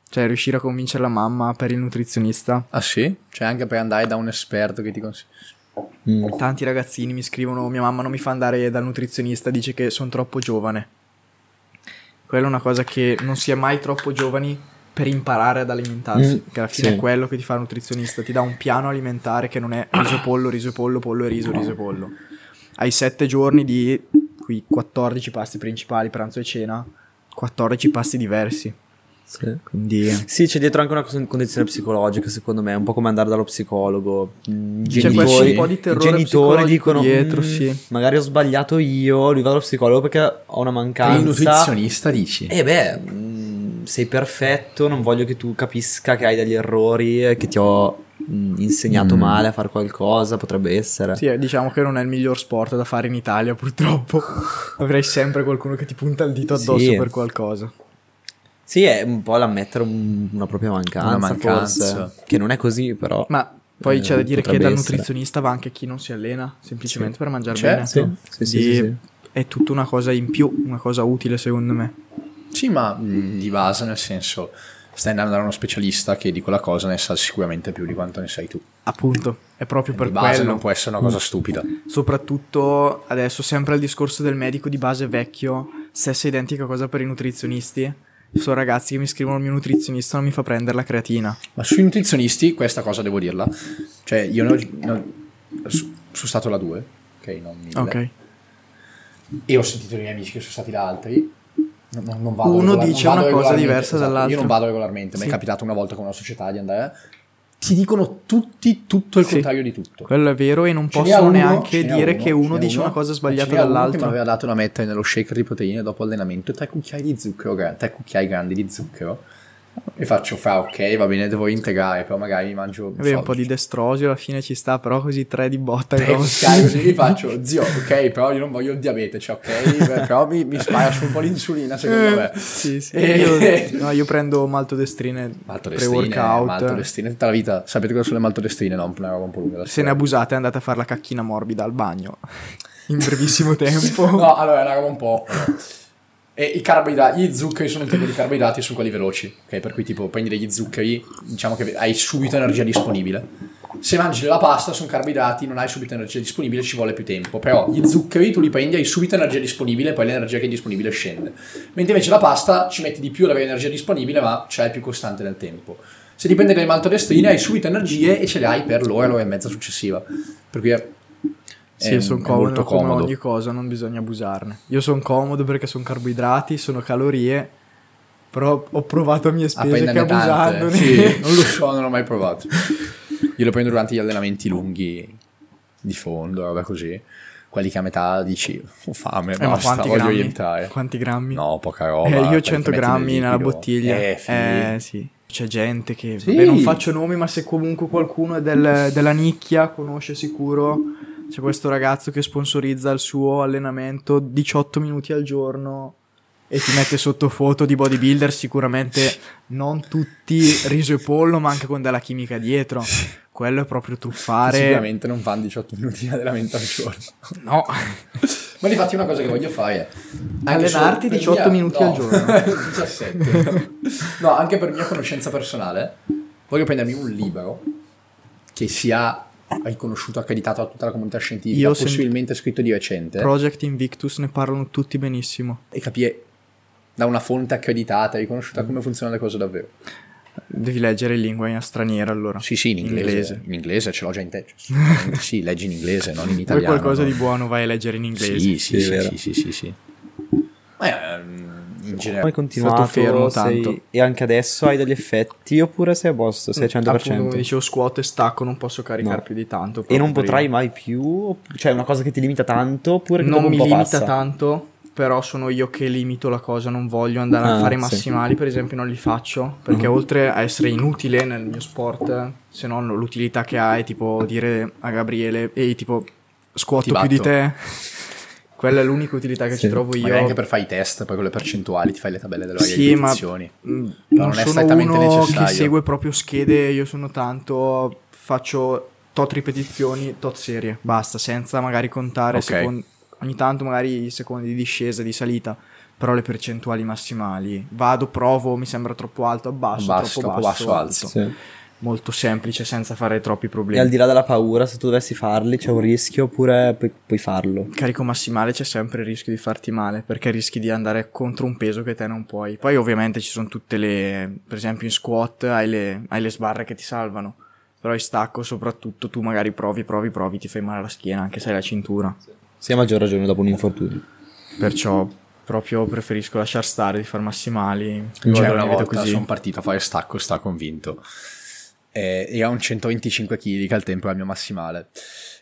Cioè riuscire a convincere la mamma per il nutrizionista. Ah sì? Cioè anche per andare da un esperto che ti consiglia. Mm. Tanti ragazzini mi scrivono: mia mamma non mi fa andare dal nutrizionista, dice che sono troppo giovane. Quella è una cosa, che non si è mai troppo giovani per imparare ad alimentarsi, Mm, perché alla fine sì. è quello che ti fa il nutrizionista, ti dà un piano alimentare che non è riso e pollo, riso e pollo, pollo e riso, riso e pollo. Hai sette giorni di qui quattordici pasti principali, pranzo e cena, quattordici pasti diversi. Sì. Quindi Sì, c'è dietro anche una cos- condizione psicologica, secondo me, un po' come andare dallo psicologo. Mm, c'è Genitori- questo genitori, un po' di i terrore genitori psicologico dicono dietro, "Mm, sì. magari ho sbagliato io, lui va dallo psicologo perché ho una Per il mancanza. nutrizionista dici? E beh, mm, sei perfetto, non voglio che tu capisca che hai degli errori, e che ti ho mm, insegnato Mm. male a fare qualcosa, potrebbe essere. Sì, eh, diciamo che non è il miglior sport da fare in Italia, purtroppo. Avrai sempre qualcuno che ti punta il dito addosso Sì. per qualcosa. Sì, è un po' l'ammettere un- una propria mancanza, Una mancanza. forse. Che non è così, però. Ma poi Eh, c'è da dire che potrebbe dal essere. nutrizionista va anche chi non si allena, semplicemente per mangiare Certo. bene. Sì, sì, sì, Quindi sì, sì. è tutta una cosa in più, una cosa utile secondo me. Sì, ma mh, di base, nel senso, stai andando da uno specialista che di quella cosa ne sa sicuramente più di quanto ne sai tu. Appunto, è proprio per Di base quello. non può essere una cosa stupida. Soprattutto adesso, sempre il discorso del medico di base vecchio, stessa identica cosa per i nutrizionisti. Sono ragazzi che mi scrivono: il mio nutrizionista non mi fa prendere la creatina. Ma sui nutrizionisti, questa cosa devo dirla, cioè io ne ho- ne ho- su- sono stato là due, ok, non mille, Ok. e ho sentito dei miei amici che sono stati là altri. Non, non- non vado Uno regola- dice non vado una cosa regolarmente, diversa esatto, dall'altro. Io non vado regolarmente, mi Sì. è capitato una volta con una società di andare, ti dicono tutti tutto il Sì. contrario di tutto. Quello è vero, e non Ce n'è possono uno- neanche ce n'è dire uno- che ce uno n'è dice uno- una cosa sbagliata ce n'è uno che mi dall'altro. aveva dato da mettere nello shaker di proteine dopo allenamento, tre cucchiai di zucchero, gra- tre cucchiai grandi di zucchero. E faccio, fa ok, va bene, devo integrare, però magari mi mangio Avevi un po' di destrosio, alla fine ci sta, però così tre di botta tre grossi. cucchiai così, gli faccio, zio, ok, però io non voglio il diabete, cioè ok, però mi, mi spara su un po' l'insulina secondo me. Sì, sì. E- Io, no, io prendo maltodestrine Maltodestrine, pre-workout. maltodestrine tutta la vita. Sapete cosa sono le maltodestrine? No, una roba un po' lunga da Se ne abusate, andate a fare la cacchina morbida al bagno in brevissimo tempo. No, allora è una roba un po'. E i carboidrati, gli zuccheri sono un tipo di carboidrati, sono quelli veloci, ok? Per cui tipo prendi degli zuccheri, diciamo che hai subito energia disponibile. Se mangi della pasta, sono carboidrati, non hai subito energia disponibile, ci vuole più tempo. Però gli zuccheri tu li prendi, hai subito energia disponibile, poi l'energia che è disponibile scende. Mentre invece la pasta ci metti di più ad avere energia disponibile, ma ce l'hai più costante nel tempo. Se dipendi dalle maltodestrine, hai subito energie e ce le hai per l'ora, l'ora e mezza successiva. Per cui è, Sì, è- sono è comodo, molto come comodo. ogni cosa, non bisogna abusarne. Io sono comodo perché sono carboidrati, sono calorie, però ho provato a mie A spese che prenderne tante. abusandone. Sì, non lo so, non l'ho mai provato. Io lo prendo durante gli allenamenti lunghi di fondo, roba così. Quelli che a metà dici, ho fame, Eh, ma basta, quanti voglio grammi? rientrare. Quanti grammi? No, poca roba. Eh, io quelli cento che metti grammi nel nella liquido. bottiglia. Eh, fì. Eh, sì. C'è gente che, Sì. vabbè, non faccio nomi, ma se comunque qualcuno è del- della nicchia, conosce sicuro, c'è questo ragazzo che sponsorizza il suo allenamento diciotto minuti al giorno e ti mette sotto foto di bodybuilder, sicuramente non tutti riso e pollo, ma anche con della chimica dietro. Quello è proprio truffare. Sicuramente non fanno diciotto minuti di allenamento al giorno. No, Ma infatti una cosa che voglio fare è anche Allenarti solo per diciotto minuti al giorno. diciassette. No, anche per mia conoscenza personale, voglio prendermi un libro che sia riconosciuto, accreditato da tutta la comunità scientifica, Io ho sent- possibilmente scritto di recente, Project Invictus ne parlano tutti benissimo. e capire da una fonte accreditata e riconosciuta come funzionano le cose davvero. Devi leggere in lingua straniera allora. Sì, sì, in inglese. Inglese. In inglese ce l'ho già in te. Cioè, sì, leggi in inglese, non in Vuoi italiano. qualcosa no? di buono, vai a leggere in inglese. Sì, sì, Sì, sì, vero. sì, sì, sì, sì. Ma ehm, in Poi generale continuato Stato fermo sei- tanto. e anche adesso hai degli effetti oppure sei a posto, sei al cento per Appunto, cento? come dicevo, scuoto e stacco, non posso caricare No. più di tanto. E proprio non per potrai io. mai più? Cioè è una cosa che ti limita tanto oppure che Non dopo un mi po' limita passa? tanto, però sono io che limito la cosa, non voglio andare a Ah, fare i sì. massimali, per esempio non li faccio, perché Mhm. oltre a essere inutile nel mio sport, se non l'utilità che ha è tipo dire a Gabriele, ehi tipo scuoto Ti più di batto." te, quella è l'unica utilità che Sì. ci trovo io. magari anche per fare i test, poi con le percentuali ti fai le tabelle delle varie Sì, ma ripetizioni. mm, non non è sono strettamente uno necessario. che segue proprio schede, io sono tanto, faccio tot ripetizioni, tot serie, basta, senza magari contare Ok. secon- ogni tanto magari i secondi di discesa, di salita, però le percentuali massimali, vado, provo, mi sembra troppo alto, abbasso, Basso, troppo troppo basso, basso, alzo. Sì. Molto semplice, senza fare troppi E problemi. al di là della paura, se tu dovessi farli, c'è un rischio oppure puoi, puoi farlo? Carico massimale c'è sempre il rischio di farti male, perché rischi di andare contro un peso che te non puoi. Poi ovviamente ci sono tutte le, per esempio in squat hai le, hai le sbarre che ti salvano, però in stacco soprattutto tu magari provi, provi, provi, ti fai male alla schiena, anche se hai la cintura. Sì, a maggior ragione dopo un infortunio. Perciò proprio preferisco lasciar stare di far massimali. Io Cioè, vado una in vedo volta così. sono partito a fare stacco, sta convinto. Eh, era un centoventicinque chili che al tempo era il mio massimale.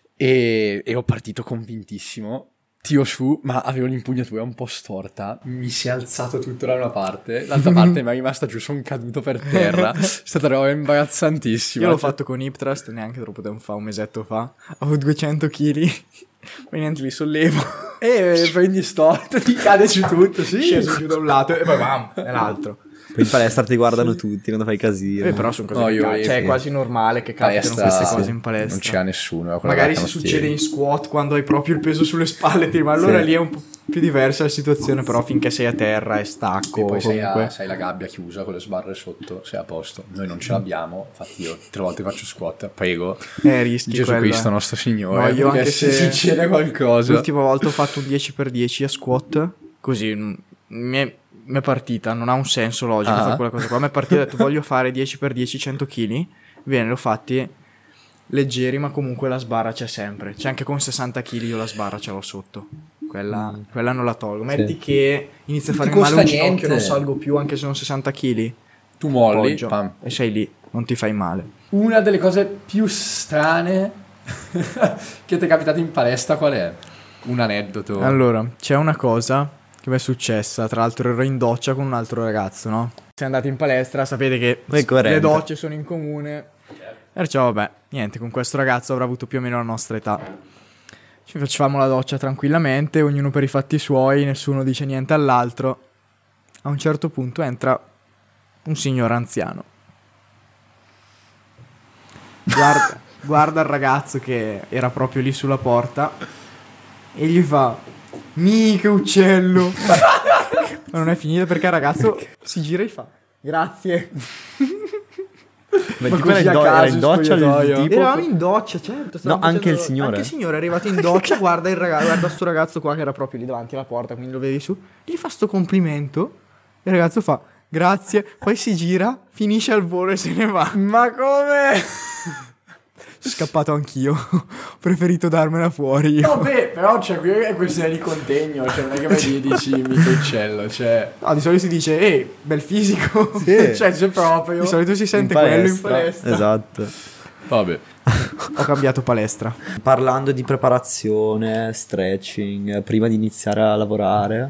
E ero partito convintissimo. Tiro su, ma avevo l'impugnatura un po' storta. Mi si è alzato tutto da una parte, l'altra parte mi è rimasta giù, sono caduto per terra. È stata una roba imbarazzantissima. Io l'ho Cioè, fatto con Hip Thrust neanche troppo tempo fa, un mesetto fa. Avevo duecento chili, poi niente li sollevo. E prendi storto, ti cade su tutto, sì. Sceso giù da un lato e poi bam, nell'altro. Poi in palestra ti guardano tutti quando fai casino. Eh, però sono cose No, che io- ca- io- cioè è sì. quasi normale che capitano Palestra, queste cose sì, in palestra. non c'era nessuno. era quella Magari se che succede canottieri. in squat quando hai proprio il peso sulle spalle, ti- ma allora Sì. lì è un po' più diversa la situazione, però finché sei a terra e stacco E poi sei, comunque. a, sei la gabbia chiusa con le sbarre sotto, sei a posto. Noi non ce l'abbiamo, infatti io tre volte faccio squat, prego. Eh, rischi Gesù quello, Cristo eh. nostro Signore. No, io perché anche se succede qualcosa. l'ultima volta ho fatto un dieci per dieci a squat, così mm, mi è, mi è partita, non ha un senso logico Ah. fare quella cosa qua. Mi è partita, ho detto voglio fare dieci per dieci cento chili, bene, l'ho fatti leggeri, ma comunque la sbarra c'è sempre. C'è anche con sessanta chili io la sbarra ce l'ho sotto. Quella, quella non la tolgo. Metti che inizia a Non ti farmi male un costa ginocchio, niente. non salgo più anche se sono sessanta chili. Tu molli, Poggio, pam. e sei lì, non ti fai male. Una delle cose più strane che ti è capitato in palestra qual è? Un aneddoto. Allora, c'è una cosa che mi è successa, tra l'altro ero in doccia con un altro ragazzo, no? Siamo andati in palestra, sapete che È coerente. le docce sono in comune. Perciò vabbè, niente, con questo ragazzo avrà avuto più o meno la nostra età. Ci facevamo la doccia tranquillamente, ognuno per i fatti suoi, nessuno dice niente all'altro. A un certo punto entra un signor anziano. Guarda, guarda il ragazzo che era proprio lì sulla porta e gli fa: "Mi, che uccello!" Ma non è finita perché il ragazzo si gira e gli fa: "Grazie." Ma Ma tipo era così in, a do- caso era in in doccia il spogliatoio. tipo? Eravamo in doccia, certo. stavamo No, anche facendo- il signore? Anche il signore è arrivato in doccia, guarda il ragazzo, guarda sto ragazzo qua che era proprio lì davanti alla porta, quindi lo vedi su, gli fa sto complimento, il ragazzo fa grazie, poi si gira, finisce al volo e se ne va. Ma come? Sono scappato anch'io, ho preferito darmela fuori io. Vabbè, però cioè, qui è questione di contegno, cioè non è che vai lì e dici mica uccello, cioè... No, di solito si dice, ehi, bel fisico. Sì. Cioè, c'è proprio. Di solito si sente In quello in palestra. palestra. Esatto. Vabbè. Ho cambiato palestra. Parlando di preparazione, stretching, prima di iniziare a lavorare,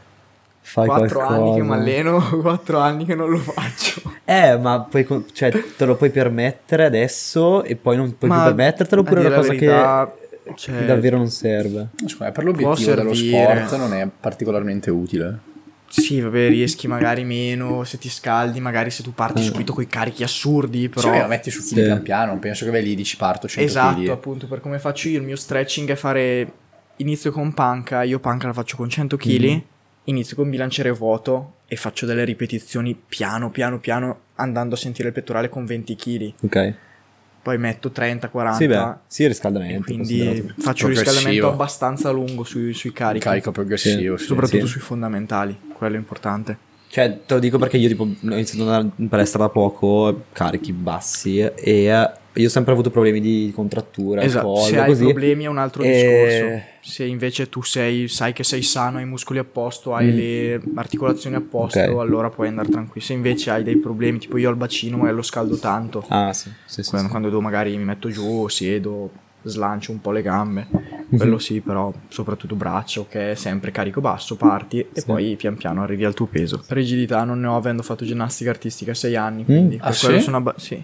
fai Quattro qualcosa. anni che mi alleno, quattro anni che non lo faccio. Eh, ma puoi, con- cioè, te lo puoi permettere adesso e poi non puoi Ma, più permettertelo, oppure a è dire una la cosa verità, che, cioè, che davvero non serve? Secondo me per l'obiettivo dello servire. sport non è particolarmente utile. Sì, vabbè, rieschi magari meno se ti scaldi, magari se tu parti subito con i carichi assurdi, però... Però... Se lo metti su chili Sì. pian piano, non penso che vai lì e dici parto cento Esatto, chili. appunto, per come faccio io, il mio stretching è fare... Inizio con panca, io panca la faccio con cento chili, Mm-hmm. inizio con bilanciere vuoto e faccio delle ripetizioni piano, piano, piano, andando a sentire il pettorale con venti chili. Ok. Poi metto trenta quaranta. Sì, beh, sì, il E riscaldamento. quindi considerato. faccio un Progressivo. riscaldamento abbastanza lungo sui, sui carichi, Carico progressivo, sì. soprattutto sì. sui fondamentali, quello è importante. Cioè, te lo dico perché io tipo ho iniziato ad andare in palestra da poco, carichi bassi, e eh, io ho sempre avuto problemi di contrattura, Esatto, collo, se hai così. problemi è un altro E- discorso. Se invece tu sei, sai che sei sano, hai i muscoli a posto, hai Mm. le articolazioni a posto, Ok. allora puoi andare tranquillo. Se invece hai dei problemi, tipo io al bacino magari lo scaldo tanto, Ah, sì, sì, sì, quando, sì. quando devo magari mi metto giù, siedo, slancio un po' le gambe, Mhm. quello sì, però soprattutto braccia, ok, sempre carico basso, parti e Sì. poi pian piano arrivi al tuo peso. Rigidità non ne ho avendo fatto ginnastica artistica a sei anni, quindi Ah, per quello sì? sono abba- sì.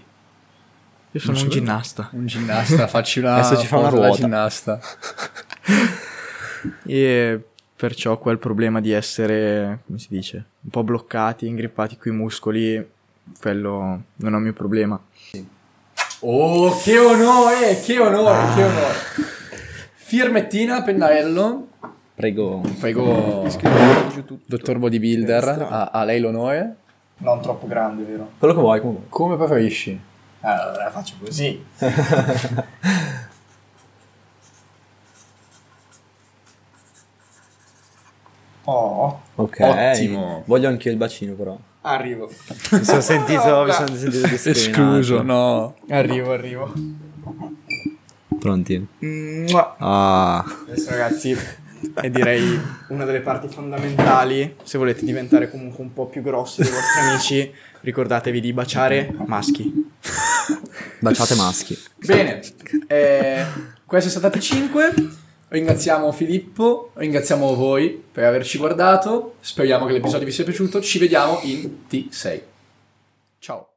Io sono Non un so. ginnasta. Un ginnasta, facci una... Adesso ci fa una foto da ruota. ginnasta. E perciò quel problema di essere, come si dice, un po' bloccati, ingrippati coi muscoli, quello non è un mio problema. Oh, che onore, che onore, che onore. Firmettina, pennarello. Prego. Prego, Giù tutto. dottor Bodybuilder, Destra. a, a lei l'onore. Non troppo grande, vero? Quello che vuoi, come vuoi. Come preferisci? Allora faccio così. Oh, Ok. Ottimo. Voglio anch'io il bacino, però. arrivo. Mi sono sentito, No, mi no. sono sentito discriminato. Escluso, no. Arrivo, arrivo. Pronti? Mua. Ah. Adesso ragazzi è direi una delle parti fondamentali, se volete diventare comunque un po' più grossi dei vostri amici, ricordatevi di baciare maschi. Baciate maschi. Bene, eh, questi sono stati cinque. Ringraziamo Filippo, ringraziamo voi per averci guardato. Speriamo che l'episodio vi sia piaciuto. Ci vediamo in T sei. Ciao.